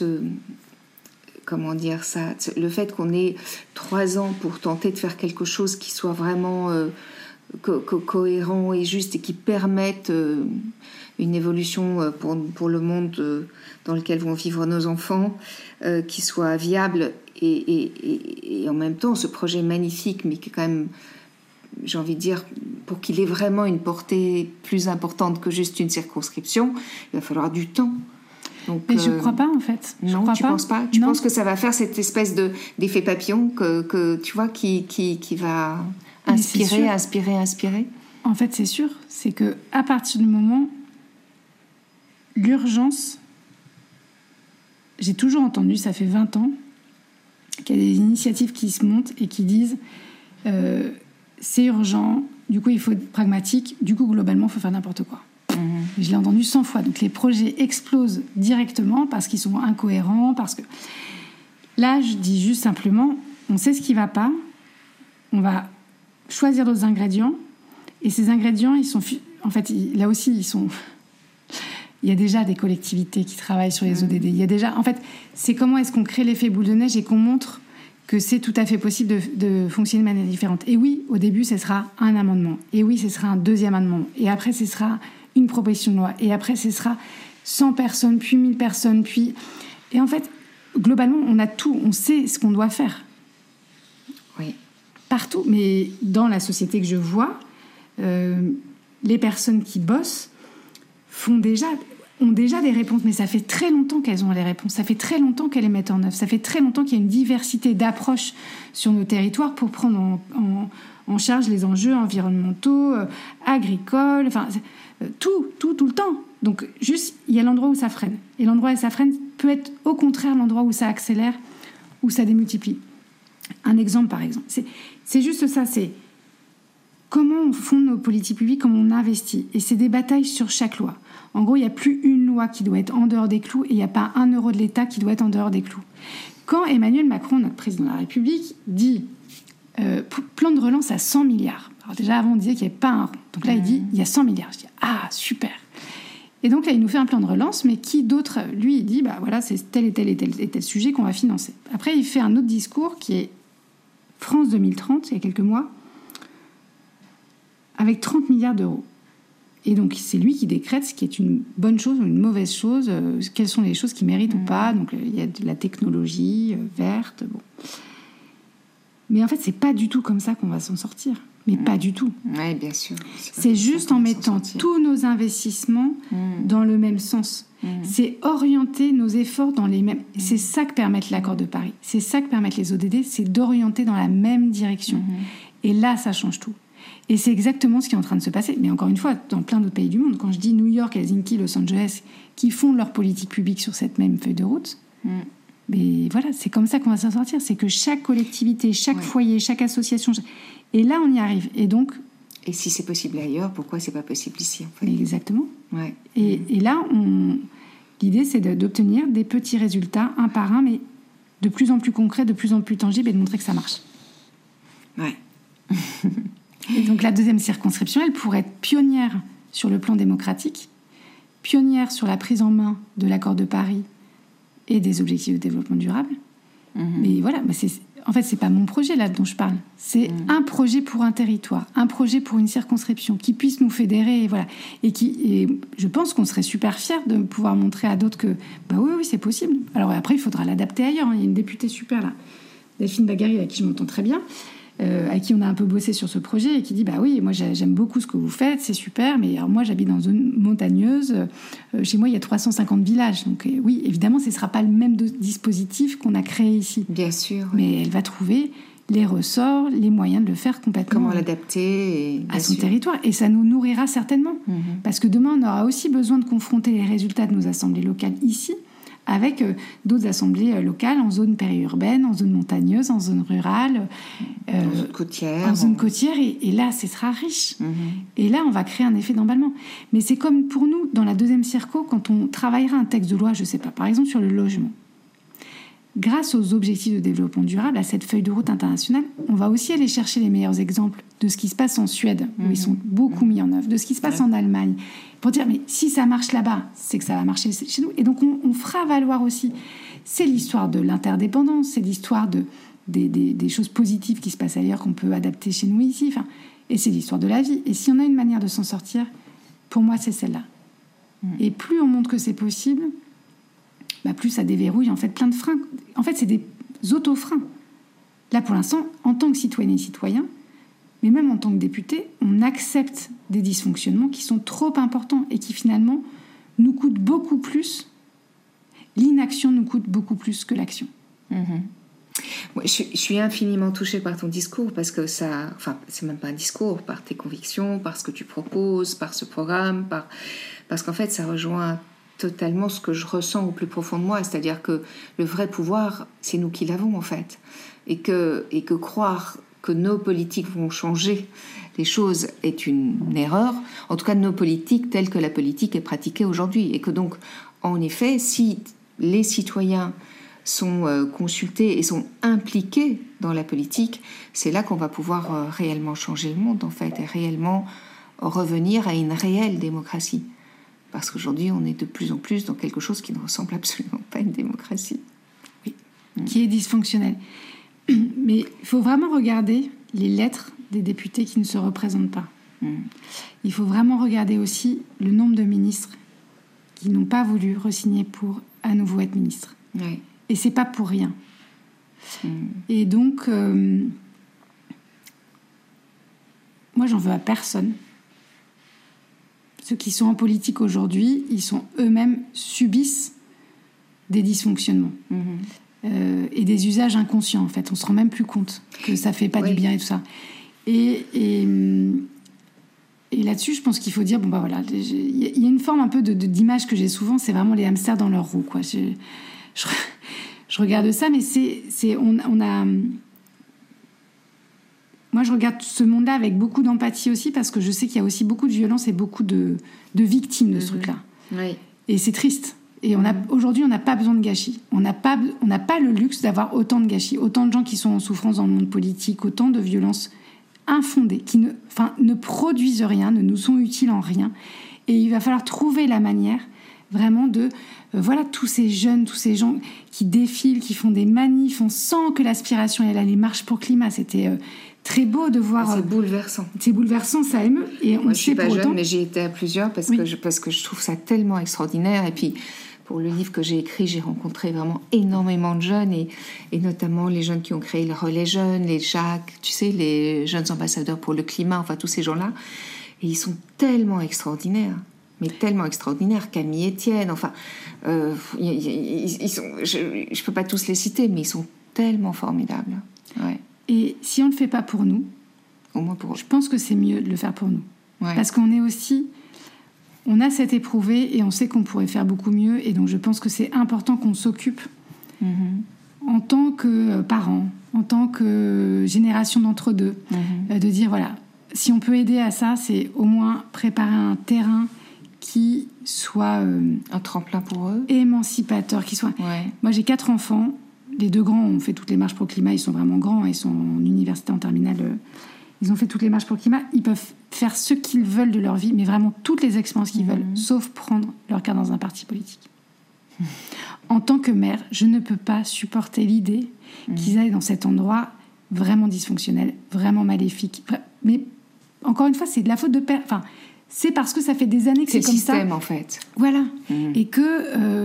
comment dire ça, le fait qu'on ait 3 ans pour tenter de faire quelque chose qui soit vraiment cohérent et juste et qui permette une évolution pour le monde dans lequel vont vivre nos enfants, qui soit viable et en même temps ce projet magnifique, mais qui est quand même, j'ai envie de dire, pour qu'il ait vraiment une portée plus importante que juste une circonscription, il va falloir du temps. Donc, mais je ne crois pas, en fait. Non, tu ne penses pas ? Tu penses que ça va faire cette espèce d'effet papillon que tu vois, qui va inspirer. En fait, c'est sûr. C'est qu'à partir du moment... L'urgence... J'ai toujours entendu, ça fait 20 ans, qu'il y a des initiatives qui se montent et qui disent c'est urgent, du coup il faut être pragmatique, du coup globalement il faut faire n'importe quoi. Je l'ai entendu 100 fois. Donc les projets explosent directement parce qu'ils sont incohérents, parce que... Là, je dis juste simplement, on sait ce qui ne va pas, on va choisir d'autres ingrédients, et ces ingrédients, ils sont... En fait, là aussi, ils sont... Il y a déjà des collectivités qui travaillent sur les ODD. Il y a déjà... En fait, c'est comment est-ce qu'on crée l'effet boule de neige et qu'on montre que c'est tout à fait possible de fonctionner de manière différente. Et oui, au début, ce sera un amendement. Et oui, ce sera un deuxième amendement. Et après, ce sera une proposition de loi. Et après, ce sera 100 personnes, puis 1000 personnes, puis... Et en fait, globalement, on a tout. On sait ce qu'on doit faire. Oui. Partout. Mais dans la société que je vois, les personnes qui bossent ont déjà des réponses, mais ça fait très longtemps qu'elles ont les réponses, ça fait très longtemps qu'elles les mettent en œuvre, ça fait très longtemps qu'il y a une diversité d'approches sur nos territoires pour prendre en charge les enjeux environnementaux, agricoles, enfin tout le temps. Donc juste, il y a l'endroit où ça freine. Et l'endroit où ça freine peut être au contraire l'endroit où ça accélère, où ça démultiplie. Un exemple par exemple, c'est juste ça, c'est comment on fonde nos politiques publiques, comment on investit. Et c'est des batailles sur chaque loi. En gros, il n'y a plus une loi qui doit être en dehors des clous et il n'y a pas 1 euro de l'État qui doit être en dehors des clous. Quand Emmanuel Macron, notre président de la République, dit plan de relance à 100 milliards. Alors déjà, avant, on disait qu'il n'y avait pas un rond. Donc là, il dit il y a 100 milliards. Je dis ah, super. Et donc là, il nous fait un plan de relance, mais qui d'autre, lui, il dit voilà, c'est tel et tel et tel et tel sujet qu'on va financer. Après, il fait un autre discours qui est France 2030, il y a quelques mois, avec 30 milliards d'euros. Et donc, c'est lui qui décrète ce qui est une bonne chose ou une mauvaise chose, quelles sont les choses qui méritent ou pas. Donc, il y a de la technologie verte, bon. Mais en fait, c'est pas du tout comme ça qu'on va s'en sortir. Mais pas du tout. Oui, bien sûr. C'est juste en mettant tous nos investissements dans le même sens. C'est orienter nos efforts dans les mêmes... C'est ça que permettent l'accord de Paris. C'est ça que permettent les ODD, c'est d'orienter dans la même direction. Et là, ça change tout. Et c'est exactement ce qui est en train de se passer. Mais encore une fois, dans plein d'autres pays du monde, quand je dis New York, Helsinki, Los Angeles, qui font leur politique publique sur cette même feuille de route, mais voilà, c'est comme ça qu'on va s'en sortir. C'est que chaque collectivité, chaque foyer, chaque association... Et là, on y arrive. Et donc... Et si c'est possible ailleurs, pourquoi c'est pas possible ici, en fait ? Exactement. Ouais. Et là, l'idée, c'est d'obtenir des petits résultats, un par un, mais de plus en plus concrets, de plus en plus tangibles, et de montrer que ça marche. Ouais. Et donc la deuxième circonscription, elle pourrait être pionnière sur le plan démocratique, pionnière sur la prise en main de l'accord de Paris et des objectifs de développement durable. Mais voilà, en fait, c'est pas mon projet là dont je parle. C'est un projet pour un territoire, un projet pour une circonscription qui puisse nous fédérer, et voilà. Et je pense qu'on serait super fiers de pouvoir montrer à d'autres que, oui, c'est possible. Alors après, il faudra l'adapter ailleurs. Il y a une députée super là, Delphine Bagary, avec qui je m'entends très bien. à qui on a un peu bossé sur ce projet et qui dit bah oui, moi j'aime beaucoup ce que vous faites, c'est super, mais alors moi j'habite dans une montagneuse, chez moi il y a 350 villages, donc oui, évidemment ce ne sera pas le même dispositif qu'on a créé ici. Bien sûr. Oui. Mais elle va trouver les ressorts, les moyens de le faire complètement. Comment l'adapter à son territoire. Et ça nous nourrira certainement. Parce que demain, on aura aussi besoin de confronter les résultats de nos assemblées locales ici avec d'autres assemblées locales en zone périurbaine, en zone montagneuse, en zone rurale, en zone côtière. En zone côtière, et là, ce sera riche. Et là, on va créer un effet d'emballement. Mais c'est comme pour nous, dans la deuxième circo, quand on travaillera un texte de loi, je ne sais pas, par exemple sur le logement. Grâce aux objectifs de développement durable, à cette feuille de route internationale, on va aussi aller chercher les meilleurs exemples de ce qui se passe en Suède, où ils sont beaucoup mis en œuvre, de ce qui se passe en Allemagne, pour dire, mais si ça marche là-bas, c'est que ça va marcher chez nous. Et donc, on fera valoir aussi. C'est l'histoire de l'interdépendance, c'est l'histoire des choses positives qui se passent ailleurs qu'on peut adapter chez nous ici. Enfin, et c'est l'histoire de la vie. Et si on a une manière de s'en sortir, pour moi, c'est celle-là. Et plus on montre que c'est possible, bah plus ça déverrouille en fait plein de freins. En fait, c'est des auto-freins. Là, pour l'instant, en tant que citoyenne et citoyen, mais même en tant que député, on accepte des dysfonctionnements qui sont trop importants et qui finalement nous coûtent beaucoup plus. L'inaction nous coûte beaucoup plus que l'action. Ouais, je suis infiniment touchée par ton discours parce que ça, enfin, c'est même pas un discours, par tes convictions, par ce que tu proposes, par ce programme, parce qu'en fait, ça rejoint totalement ce que je ressens au plus profond de moi, c'est-à-dire que le vrai pouvoir, c'est nous qui l'avons en fait, et que croire que nos politiques vont changer les choses est une erreur, en tout cas nos politiques telles que la politique est pratiquée aujourd'hui, et que donc, en effet, si les citoyens sont consultés et sont impliqués dans la politique, c'est là qu'on va pouvoir réellement changer le monde en fait, et réellement revenir à une réelle démocratie. Parce qu'aujourd'hui, on est de plus en plus dans quelque chose qui ne ressemble absolument pas à une démocratie. Oui, qui est dysfonctionnel. Mais il faut vraiment regarder les lettres des députés qui ne se représentent pas. Il faut vraiment regarder aussi le nombre de ministres qui n'ont pas voulu re-signer pour à nouveau être ministres. Oui. Et c'est pas pour rien. Et donc, moi, j'en veux à personne. Ceux qui sont en politique aujourd'hui, ils sont eux-mêmes subissent des dysfonctionnements et des usages inconscients. En fait, on se rend même plus compte que ça fait pas du bien et tout ça. Et là-dessus, je pense qu'il faut dire bon bah voilà, il y a une forme un peu d'image que j'ai souvent, c'est vraiment les hamsters dans leur roue, quoi. Je regarde ça, mais on a. Moi, je regarde ce monde-là avec beaucoup d'empathie aussi, parce que je sais qu'il y a aussi beaucoup de violence et beaucoup de victimes de ce truc-là. Oui. Et c'est triste. Et aujourd'hui, on n'a pas besoin de gâchis. On n'a pas le luxe d'avoir autant de gâchis, autant de gens qui sont en souffrance dans le monde politique, autant de violences infondées, qui ne produisent rien, ne nous sont utiles en rien. Et il va falloir trouver la manière vraiment de... voilà, tous ces jeunes, tous ces gens qui défilent, qui font des manifs, on sent que l'aspiration est là, les marches pour le climat, c'était... très beau de voir. C'est bouleversant. C'est bouleversant, ça émeut. Et on Moi, je suis pas jeune, autant... mais j'y étais à plusieurs parce que je trouve ça tellement extraordinaire. Et puis, pour le livre que j'ai écrit, j'ai rencontré vraiment énormément de jeunes et notamment les jeunes qui ont créé le Relais Jeunes, les Jacques, tu sais, les jeunes ambassadeurs pour le climat, enfin tous ces gens-là. Et ils sont tellement extraordinaires. Mais tellement extraordinaires, Camille Etienne, enfin, ils sont, je peux pas tous les citer, mais ils sont tellement formidables. Ouais. Et si on ne le fait pas pour nous, au moins pour eux. Je pense que c'est mieux de le faire pour nous. Ouais. Parce qu'on est aussi... On a cette éprouvée et on sait qu'on pourrait faire beaucoup mieux. Et donc, je pense que c'est important qu'on s'occupe en tant que parents, en tant que génération d'entre-deux, de dire, voilà, si on peut aider à ça, c'est au moins préparer un terrain qui soit... un tremplin pour eux. Émancipateur, qui soit... Ouais. Moi, j'ai 4 enfants. Les 2 grands ont fait toutes les marches pour le climat. Ils sont vraiment grands. Ils sont en université, en terminale. Ils ont fait toutes les marches pour le climat. Ils peuvent faire ce qu'ils veulent de leur vie, mais vraiment toutes les expériences qu'ils veulent, sauf prendre leur carte dans un parti politique. En tant que mère, je ne peux pas supporter l'idée qu'ils aillent dans cet endroit vraiment dysfonctionnel, vraiment maléfique. Mais encore une fois, c'est de la faute de père. Enfin, c'est parce que ça fait des années que c'est comme ça. C'est le système, en fait. Voilà. Et que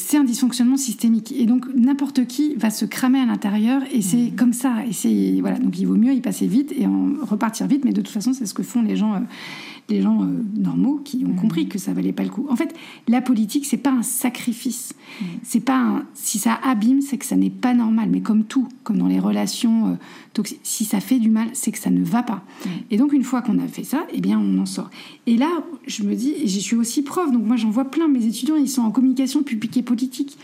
c'est un dysfonctionnement systémique. Et donc, n'importe qui va se cramer à l'intérieur, et c'est comme ça. Et voilà. Donc, il vaut mieux y passer vite et repartir vite, mais de toute façon, c'est ce que font les gens normaux qui ont compris que ça valait pas le coup. En fait, la politique, c'est pas un sacrifice. C'est pas si ça abîme, c'est que ça n'est pas normal. Mais comme tout, comme dans les relations toxiques, si ça fait du mal, c'est que ça ne va pas. Et donc, une fois qu'on a fait ça, eh bien, on en sort. Et là, je me dis, et je suis aussi prof, donc moi, j'en vois plein. Mes étudiants, ils sont en communication publique et politique.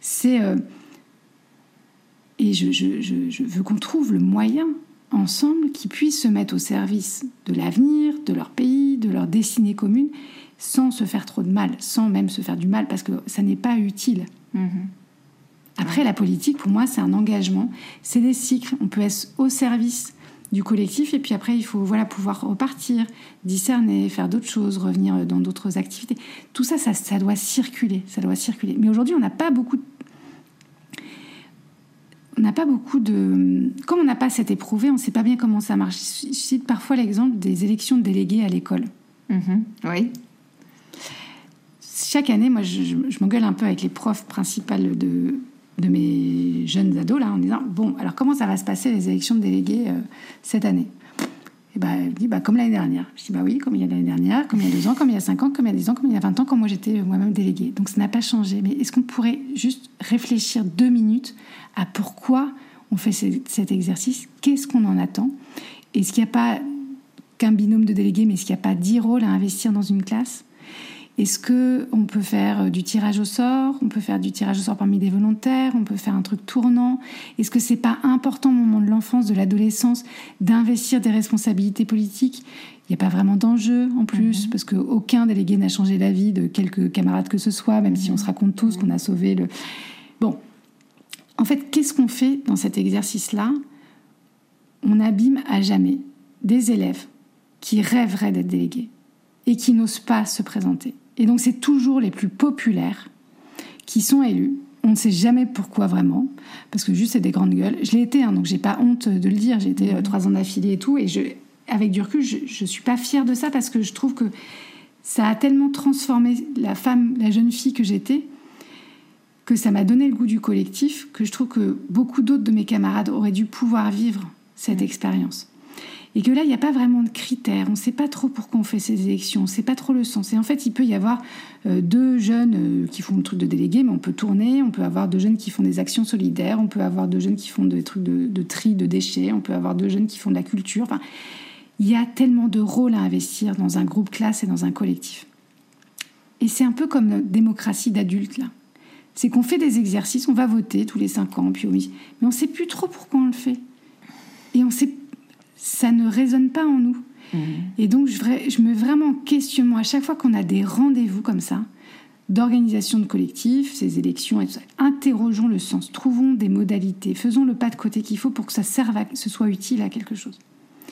Et je veux qu'on trouve le moyen ensemble qui puissent se mettre au service de l'avenir, de leur pays, de leur destinée commune, sans se faire trop de mal, sans même se faire du mal, parce que ça n'est pas utile. Après, la politique, pour moi, c'est un engagement, c'est des cycles. On peut être au service du collectif, et puis après, il faut pouvoir repartir, discerner, faire d'autres choses, revenir dans d'autres activités. Tout ça, ça doit circuler, ça doit circuler. Mais aujourd'hui, on n'a pas beaucoup de... Comme on n'a pas cette éprouvée, on ne sait pas bien comment ça marche. Je cite parfois l'exemple des élections de délégués à l'école. Oui. Chaque année, moi, je m'engueule un peu avec les profs principales de mes jeunes ados, là, en disant, bon, alors comment ça va se passer les élections de délégués cette année ? Et elle dit, comme l'année dernière. Je dis, oui, comme il y a l'année dernière, comme il y a 2 ans, comme il y a 5 ans, comme il y a 10 ans, comme il y a 20 ans, quand moi j'étais moi-même déléguée. Donc ça n'a pas changé. Mais est-ce qu'on pourrait juste réfléchir 2 minutes à pourquoi on fait cet exercice ? Qu'est-ce qu'on en attend ? Est-ce qu'il n'y a pas qu'un binôme de délégués, mais est-ce qu'il n'y a pas 10 rôles à investir dans une classe ? Est-ce qu'on peut faire du tirage au sort ? On peut faire du tirage au sort parmi des volontaires ? On peut faire un truc tournant ? Est-ce que c'est pas important au moment de l'enfance, de l'adolescence, d'investir des responsabilités politiques ? Il n'y a pas vraiment d'enjeu en plus, parce qu'aucun délégué n'a changé la vie de quelques camarades que ce soit, même si on se raconte tous qu'on a sauvé le... Bon, en fait, qu'est-ce qu'on fait dans cet exercice-là ? On abîme à jamais des élèves qui rêveraient d'être délégués et qui n'osent pas se présenter. Et donc, c'est toujours les plus populaires qui sont élus. On ne sait jamais pourquoi vraiment, parce que juste, c'est des grandes gueules. Je l'ai été, donc j'ai pas honte de le dire. J'ai été 3 ans d'affilée et tout. Et avec du recul, je suis pas fière de ça, parce que je trouve que ça a tellement transformé la jeune fille que j'étais, que ça m'a donné le goût du collectif, que je trouve que beaucoup d'autres de mes camarades auraient dû pouvoir vivre cette expérience. Et que là, il n'y a pas vraiment de critères. On ne sait pas trop pourquoi on fait ces élections. On ne sait pas trop le sens. Et en fait, il peut y avoir 2 jeunes qui font le truc de délégué, mais on peut tourner. On peut avoir 2 jeunes qui font des actions solidaires. On peut avoir 2 jeunes qui font des trucs de tri de déchets. On peut avoir 2 jeunes qui font de la culture. Enfin, il y a tellement de rôles à investir dans un groupe classe et dans un collectif. Et c'est un peu comme notre démocratie d'adulte, là. C'est qu'on fait des exercices, on va voter tous les 5 ans, puis mais on ne sait plus trop pourquoi on le fait. Et ça ne résonne pas en nous. Et donc, je me vraiment en questionnement à chaque fois qu'on a des rendez-vous comme ça, d'organisation de collectif, ces élections et tout ça. Interrogeons le sens, trouvons des modalités, faisons le pas de côté qu'il faut pour que ça serve, ce soit utile à quelque chose.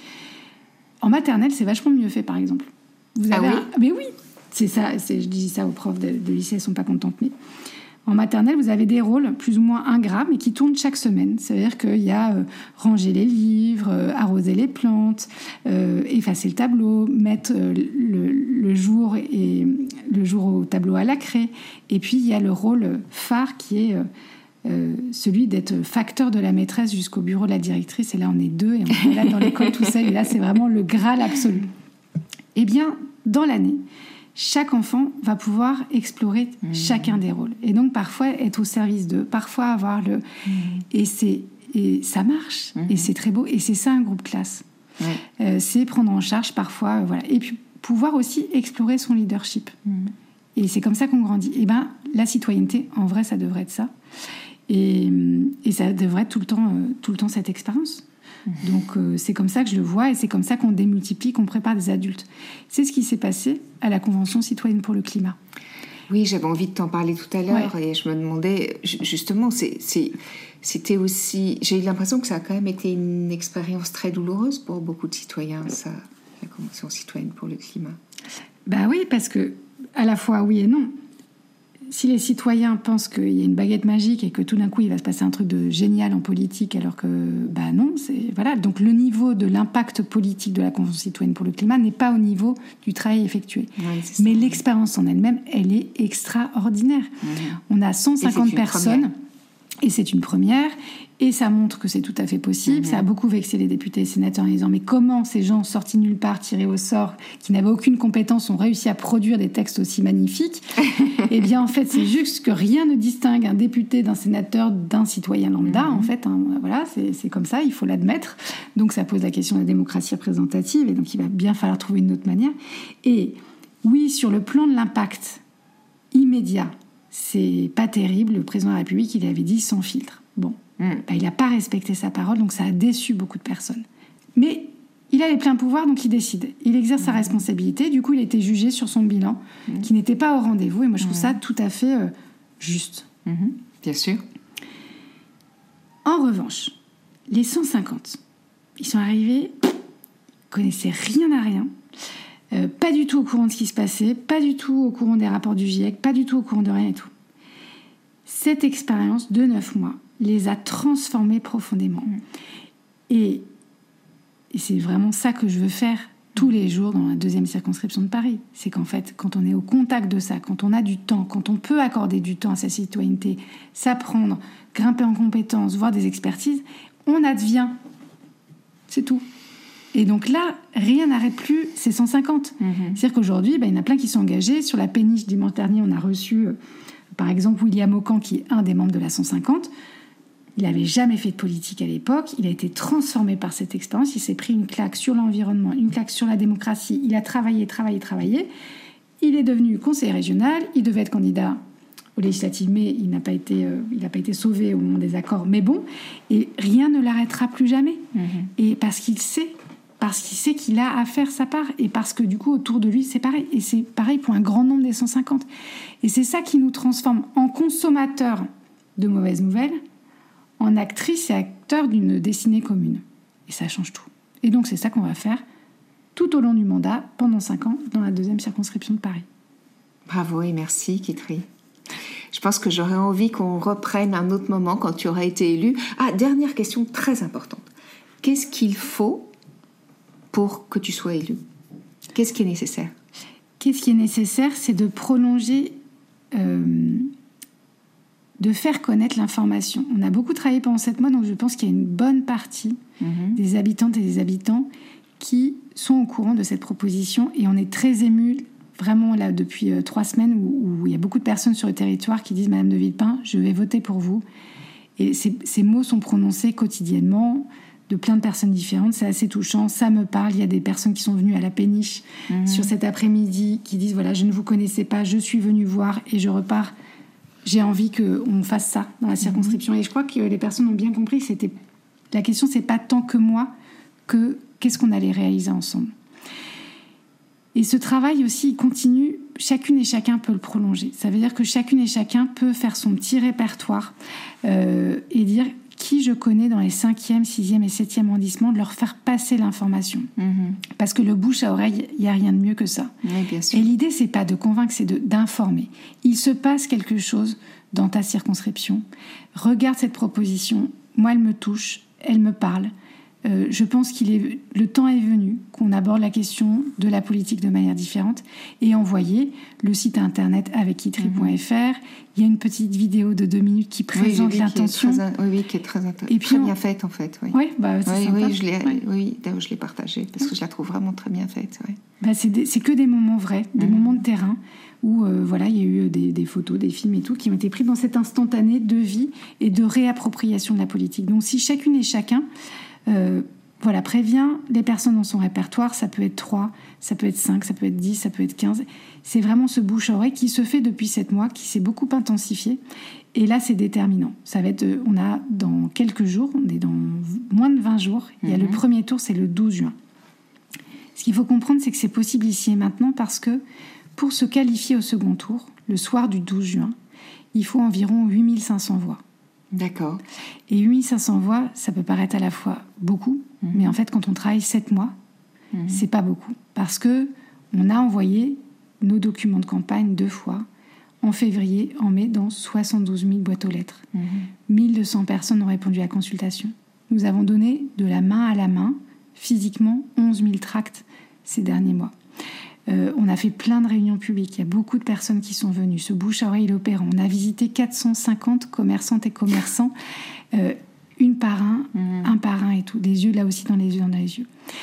En maternelle, c'est vachement mieux fait, par exemple. Mais oui, c'est ça. Je dis ça aux profs de lycée, elles sont pas contentes, mais... En maternelle, vous avez des rôles plus ou moins ingrats, mais qui tournent chaque semaine. C'est-à-dire qu'il y a ranger les livres, arroser les plantes, effacer le tableau, mettre le jour au tableau à la craie. Et puis, il y a le rôle phare qui est celui d'être facteur de la maîtresse jusqu'au bureau de la directrice. Et là, on est 2 et on est là dans l'école tout seul. Et là, c'est vraiment le Graal absolu. Eh bien, dans l'année, chaque enfant va pouvoir explorer chacun des rôles. Et donc, parfois, être au service d'eux, parfois avoir le... Et ça marche, et c'est très beau. Et c'est ça, un groupe classe. C'est prendre en charge parfois... voilà. Et puis, pouvoir aussi explorer son leadership. Et c'est comme ça qu'on grandit. Et bien, la citoyenneté, en vrai, ça devrait être ça. Et ça devrait être tout le temps cette expérience. Donc c'est comme ça que je le vois, et c'est comme ça qu'on démultiplie, qu'on prépare des adultes. C'est ce qui s'est passé à la Convention citoyenne pour le climat. Oui, j'avais envie de t'en parler tout à l'heure, et je me demandais, justement, c'était aussi... J'ai eu l'impression que ça a quand même été une expérience très douloureuse pour beaucoup de citoyens, ça, la Convention citoyenne pour le climat. Oui, parce que, à la fois oui et non. si les citoyens pensent qu'il y a une baguette magique et que tout d'un coup il va se passer un truc de génial en politique, alors que non, voilà. Donc le niveau de l'impact politique de la Convention citoyenne pour le climat n'est pas au niveau du travail effectué. Mais l'expérience en elle-même, elle est extraordinaire. On a 150 personnes. Et c'est une première, et ça montre que c'est tout à fait possible. Ça a beaucoup vexé les députés et les sénateurs en disant « Mais comment ces gens sortis nulle part, tirés au sort, qui n'avaient aucune compétence, ont réussi à produire des textes aussi magnifiques ?» Eh bien, en fait, c'est juste que rien ne distingue un député d'un sénateur d'un citoyen lambda, en fait. Voilà, c'est comme ça, il faut l'admettre. Donc, ça pose la question de la démocratie représentative, et donc il va bien falloir trouver une autre manière. Et oui, sur le plan de l'impact immédiat, c'est pas terrible. Le président de la République, il avait dit sans filtre. Bon, il n'a pas respecté sa parole, donc ça a déçu beaucoup de personnes. Mais il a les pleins pouvoirs, donc il décide. Il exerce sa responsabilité. Du coup, il a été jugé sur son bilan, qui n'était pas au rendez-vous. Et moi, je trouve ça tout à fait juste. Bien sûr. En revanche, les 150, ils sont arrivés, ils connaissaient rien à rien. Pas du tout au courant de ce qui se passait, pas du tout au courant des rapports du GIEC, pas du tout au courant de rien et tout. Cette expérience de 9 mois les a transformés profondément. Et c'est vraiment ça que je veux faire tous les jours dans la 2e circonscription de Paris. C'est qu'en fait, quand on est au contact de ça, quand on a du temps, quand on peut accorder du temps à sa citoyenneté, s'apprendre, grimper en compétences, voir des expertises, on advient. C'est tout. Et donc là, rien n'arrête plus ces 150. C'est-à-dire qu'aujourd'hui, il y en a plein qui sont engagés. Sur la péniche dimanche dernier, on a reçu, par exemple, William Aucan, qui est un des membres de la 150. Il n'avait jamais fait de politique à l'époque. Il a été transformé par cette expérience. Il s'est pris une claque sur l'environnement, une claque sur la démocratie. Il a travaillé. Il est devenu conseiller régional. Il devait être candidat aux législatives, mais il n'a pas été sauvé au moment des accords. Mais bon, et rien ne l'arrêtera plus jamais. Et parce qu'il sait qu'il a à faire sa part, et parce que du coup autour de lui c'est pareil, et c'est pareil pour un grand nombre des 150, et c'est ça qui nous transforme en consommateurs de mauvaises nouvelles, en actrices et acteurs d'une destinée commune, et ça change tout. Et donc c'est ça qu'on va faire tout au long du mandat, pendant 5 ans, dans la 2e circonscription de Paris. Bravo et merci Kitry. Je pense que j'aurais envie qu'on reprenne un autre moment quand tu auras été élue. Dernière question très importante. Qu'est-ce qu'il faut pour que tu sois élue? Qu'est-ce qui est nécessaire? Qu'est-ce qui est nécessaire, c'est de prolonger, de faire connaître l'information. On a beaucoup travaillé pendant 7 mois, donc je pense qu'il y a une bonne partie des habitantes et des habitants qui sont au courant de cette proposition, et on est très émus, vraiment là depuis 3 semaines, où il y a beaucoup de personnes sur le territoire qui disent « Madame de Villepin, je vais voter pour vous ». Et ces mots sont prononcés quotidiennement, de plein de personnes différentes, c'est assez touchant, ça me parle. Il y a des personnes qui sont venues à la péniche sur cet après-midi, qui disent voilà, je ne vous connaissais pas, je suis venue voir et je repars, j'ai envie qu'on fasse ça dans la circonscription. Et je crois que les personnes ont bien compris que la question, c'est pas tant que moi, que qu'est-ce qu'on allait réaliser ensemble. Et ce travail aussi, il continue, chacune et chacun peut le prolonger. Ça veut dire que chacune et chacun peut faire son petit répertoire et dire qui je connais dans les 5e, 6e et 7e arrondissements, de leur faire passer l'information. Parce que le bouche à oreille, il n'y a rien de mieux que ça. Oui, bien sûr. Et l'idée, c'est pas de convaincre, c'est d'informer. Il se passe quelque chose dans ta circonscription. Regarde cette proposition. Moi, elle me touche, elle me parle. Je pense le temps est venu qu'on aborde la question de la politique de manière différente, et envoyer le site internet avekkitry.fr. Il y a une petite vidéo de 2 minutes qui présente l'intention. Qui est très bien faite en fait. Oui, c'est sympa. Je l'ai partagée parce que je la trouve vraiment très bien faite. Ouais. C'est que des moments vrais, des moments de terrain où il y a eu des photos, des films et tout qui ont été pris dans cet instantané de vie et de réappropriation de la politique. Donc si chacune et chacun prévient les personnes dans son répertoire, ça peut être 3, ça peut être 5, ça peut être 10, ça peut être 15. C'est vraiment ce bouche à oreille qui se fait depuis 7 mois, qui s'est beaucoup intensifié. Et là, c'est déterminant. Ça va être, on a dans quelques jours, on est dans moins de 20 jours. Il y a le premier tour, c'est le 12 juin. Ce qu'il faut comprendre, c'est que c'est possible ici et maintenant parce que pour se qualifier au second tour, le soir du 12 juin, il faut environ 8500 voix. D'accord. Et 8500 voix, ça peut paraître à la fois beaucoup, mais en fait, quand on travaille 7 mois, c'est pas beaucoup. Parce que on a envoyé nos documents de campagne 2 fois, en février, en mai, dans 72 000 boîtes aux lettres. 1200 personnes ont répondu à la consultation. Nous avons donné de la main à la main, physiquement, 11 000 tracts ces derniers mois. On a fait plein de réunions publiques. Il y a beaucoup de personnes qui sont venues. Ce bouche à oreille, il opère. On a visité 450 commerçantes et commerçants, une par un par un et tout. Des yeux là aussi dans les yeux.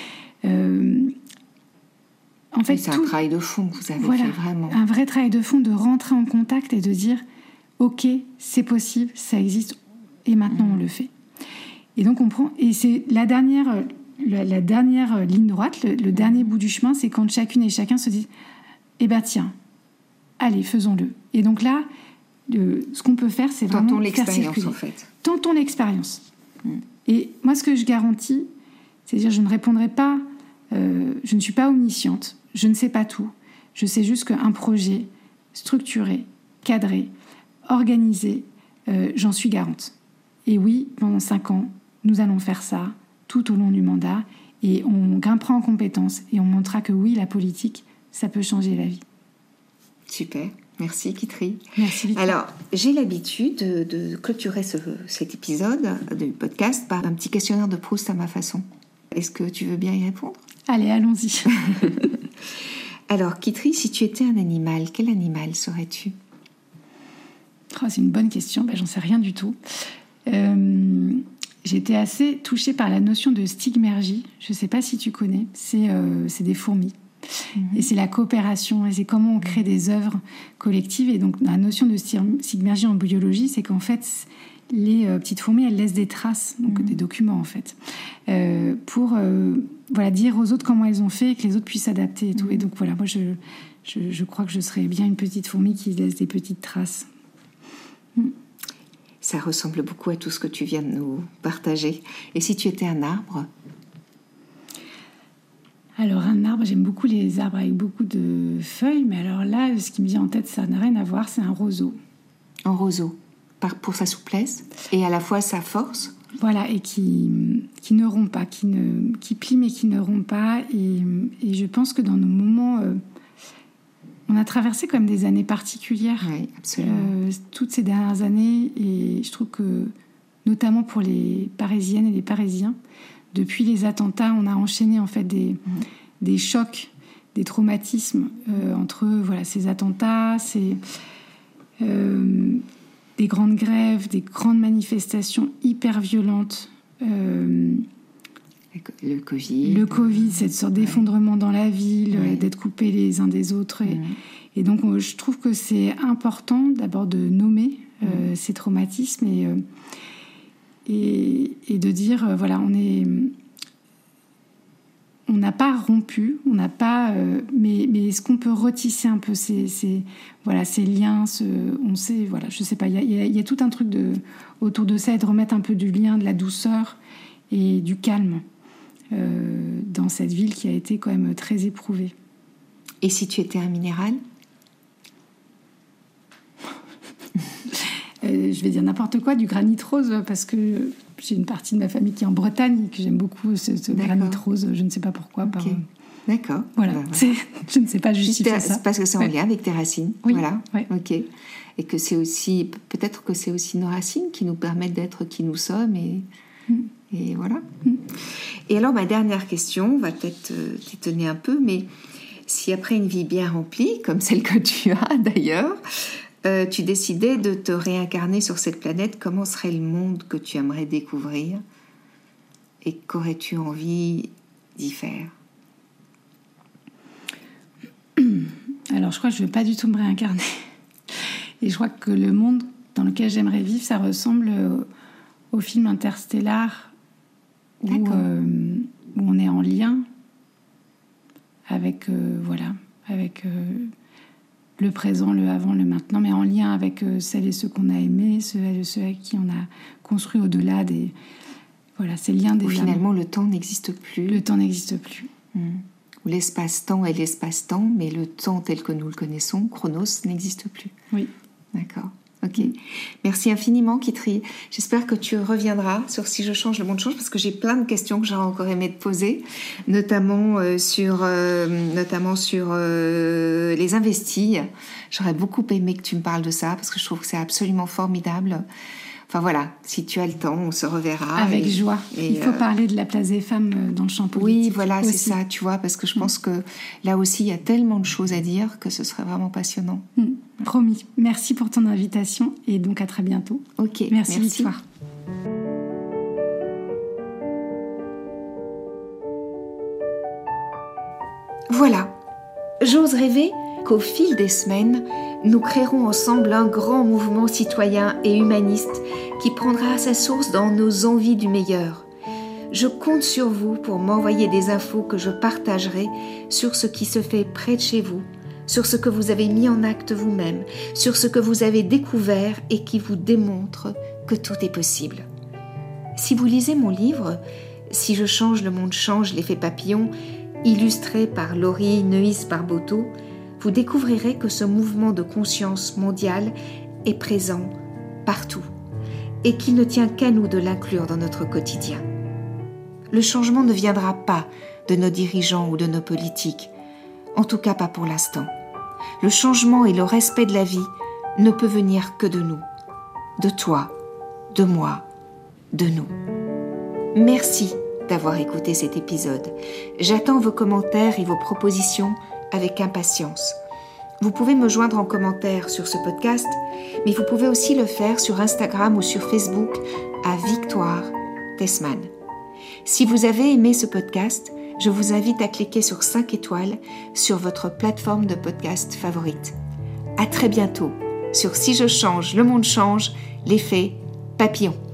En fait, c'est un travail de fond que vous avez fait vraiment. Un vrai travail de fond, de rentrer en contact et de dire ok, c'est possible, ça existe, et maintenant on le fait. Et donc on prend, et c'est la dernière ligne droite, le dernier bout du chemin, c'est quand chacune et chacun se dit eh ben tiens, allez, faisons-le. Et donc là, ce qu'on peut faire, c'est vraiment faire circuler. En fait. Tentons l'expérience. Et moi, ce que je garantis, c'est-à-dire je ne répondrai pas, je ne suis pas omnisciente, je ne sais pas tout. Je sais juste qu'un projet structuré, cadré, organisé, j'en suis garante. Et oui, pendant 5 ans, nous allons faire ça tout au long du mandat et on grimpera en compétences et on montrera que oui, la politique, ça peut changer la vie. Super. Merci Guitry. Merci Victor. Alors, j'ai l'habitude de clôturer cet épisode du podcast par un petit questionnaire de Proust à ma façon. Est-ce que tu veux bien y répondre ? Allez, allons-y. Alors, Guitry, si tu étais un animal, quel animal serais-tu ? C'est une bonne question, j'en sais rien du tout. J'étais assez touchée par la notion de stigmergie. Je ne sais pas si tu connais, c'est des fourmis. Et c'est la coopération, et c'est comment on crée des œuvres collectives. Et donc la notion de stigmergie en biologie, c'est qu'en fait les petites fourmis, elles laissent des traces, donc des documents en fait, pour dire aux autres comment elles ont fait et que les autres puissent s'adapter et tout. Et donc voilà, moi je crois que je serais bien une petite fourmi qui laisse des petites traces. Ça ressemble beaucoup à tout ce que tu viens de nous partager. Et si tu étais un arbre ? Alors un arbre, j'aime beaucoup les arbres avec beaucoup de feuilles, mais alors là, ce qui me vient en tête, ça n'a rien à voir, c'est un roseau. Un roseau, pour sa souplesse et à la fois sa force. Voilà, et qui ne rompt pas, qui plie mais qui ne rompt pas. Et je pense que dans nos moments, on a traversé quand même des années particulières. Oui, absolument. Toutes ces dernières années, et je trouve que, notamment pour les Parisiennes et les Parisiens, depuis les attentats, on a enchaîné en fait des chocs, des traumatismes entre ces attentats, des grandes grèves, des grandes manifestations hyper violentes. Le Covid. Le Covid, cette sorte d'effondrement dans la ville, d'être coupés les uns des autres. Et donc, je trouve que c'est important d'abord de nommer ces traumatismes et de dire, on n'a pas rompu, on n'a pas, mais est-ce qu'on peut retisser un peu ces liens, on sait, je sais pas, il y a tout un truc autour de ça et de remettre un peu du lien, de la douceur et du calme dans cette ville qui a été quand même très éprouvée. Et si tu étais un minéral ? Je vais dire n'importe quoi, du granit rose, parce que j'ai une partie de ma famille qui est en Bretagne et que j'aime beaucoup ce granit rose, je ne sais pas pourquoi. Okay. D'accord. Voilà, je ne sais pas justifier ça. C'est parce que c'est en lien avec tes racines. Oui. Voilà. Ouais. Ok. Et que c'est aussi, peut-être que c'est aussi nos racines qui nous permettent d'être qui nous sommes et voilà. Et alors, ma dernière question va peut-être t'étonner un peu, mais si après une vie bien remplie, comme celle que tu as d'ailleurs, tu décidais de te réincarner sur cette planète, comment serait le monde que tu aimerais découvrir et qu'aurais-tu envie d'y faire ? Alors, je crois que je ne vais pas du tout me réincarner. Et je crois que le monde dans lequel j'aimerais vivre, ça ressemble au film Interstellar, où on est en lien avec, le présent, le avant, le maintenant, mais en lien avec celles et ceux qu'on a aimés, ceux avec qui on a construit au-delà des... Voilà, ces liens des âmes. Finalement, le temps n'existe plus. Le temps n'existe plus. L'espace-temps est l'espace-temps, mais le temps tel que nous le connaissons, Chronos, n'existe plus. Oui. D'accord. Ok. Merci infiniment, Kitri. J'espère que tu reviendras sur Si je change, le monde change, parce que j'ai plein de questions que j'aurais encore aimé te poser, notamment sur les investis. J'aurais beaucoup aimé que tu me parles de ça, parce que je trouve que c'est absolument formidable. Enfin voilà, si tu as le temps, on se reverra. Avec joie. Il faut parler de la place des femmes dans le champ politique. Oui, voilà, aussi. c'est ça, tu vois, parce que je pense que là aussi, il y a tellement de choses à dire que ce serait vraiment passionnant. Promis. Merci pour ton invitation et donc à très bientôt. Ok, merci. Victoire. Voilà, j'ose rêver qu'au fil des semaines, nous créerons ensemble un grand mouvement citoyen et humaniste qui prendra sa source dans nos envies du meilleur. Je compte sur vous pour m'envoyer des infos que je partagerai sur ce qui se fait près de chez vous, sur ce que vous avez mis en acte vous-même, sur ce que vous avez découvert et qui vous démontre que tout est possible. Si vous lisez mon livre « Si je change, le monde change, l'effet papillon », illustré par Laurie Neuis-Barboteau, vous découvrirez que ce mouvement de conscience mondiale est présent partout et qu'il ne tient qu'à nous de l'inclure dans notre quotidien. Le changement ne viendra pas de nos dirigeants ou de nos politiques, en tout cas pas pour l'instant. Le changement et le respect de la vie ne peut venir que de nous, de toi, de moi, de nous. Merci d'avoir écouté cet épisode. J'attends vos commentaires et vos propositions avec impatience. Vous pouvez me joindre en commentaire sur ce podcast, mais vous pouvez aussi le faire sur Instagram ou sur Facebook à Victoire Tessman. Si vous avez aimé ce podcast, je vous invite à cliquer sur 5 étoiles sur votre plateforme de podcast favorite. À très bientôt sur Si je change, le monde change, l'effet papillon.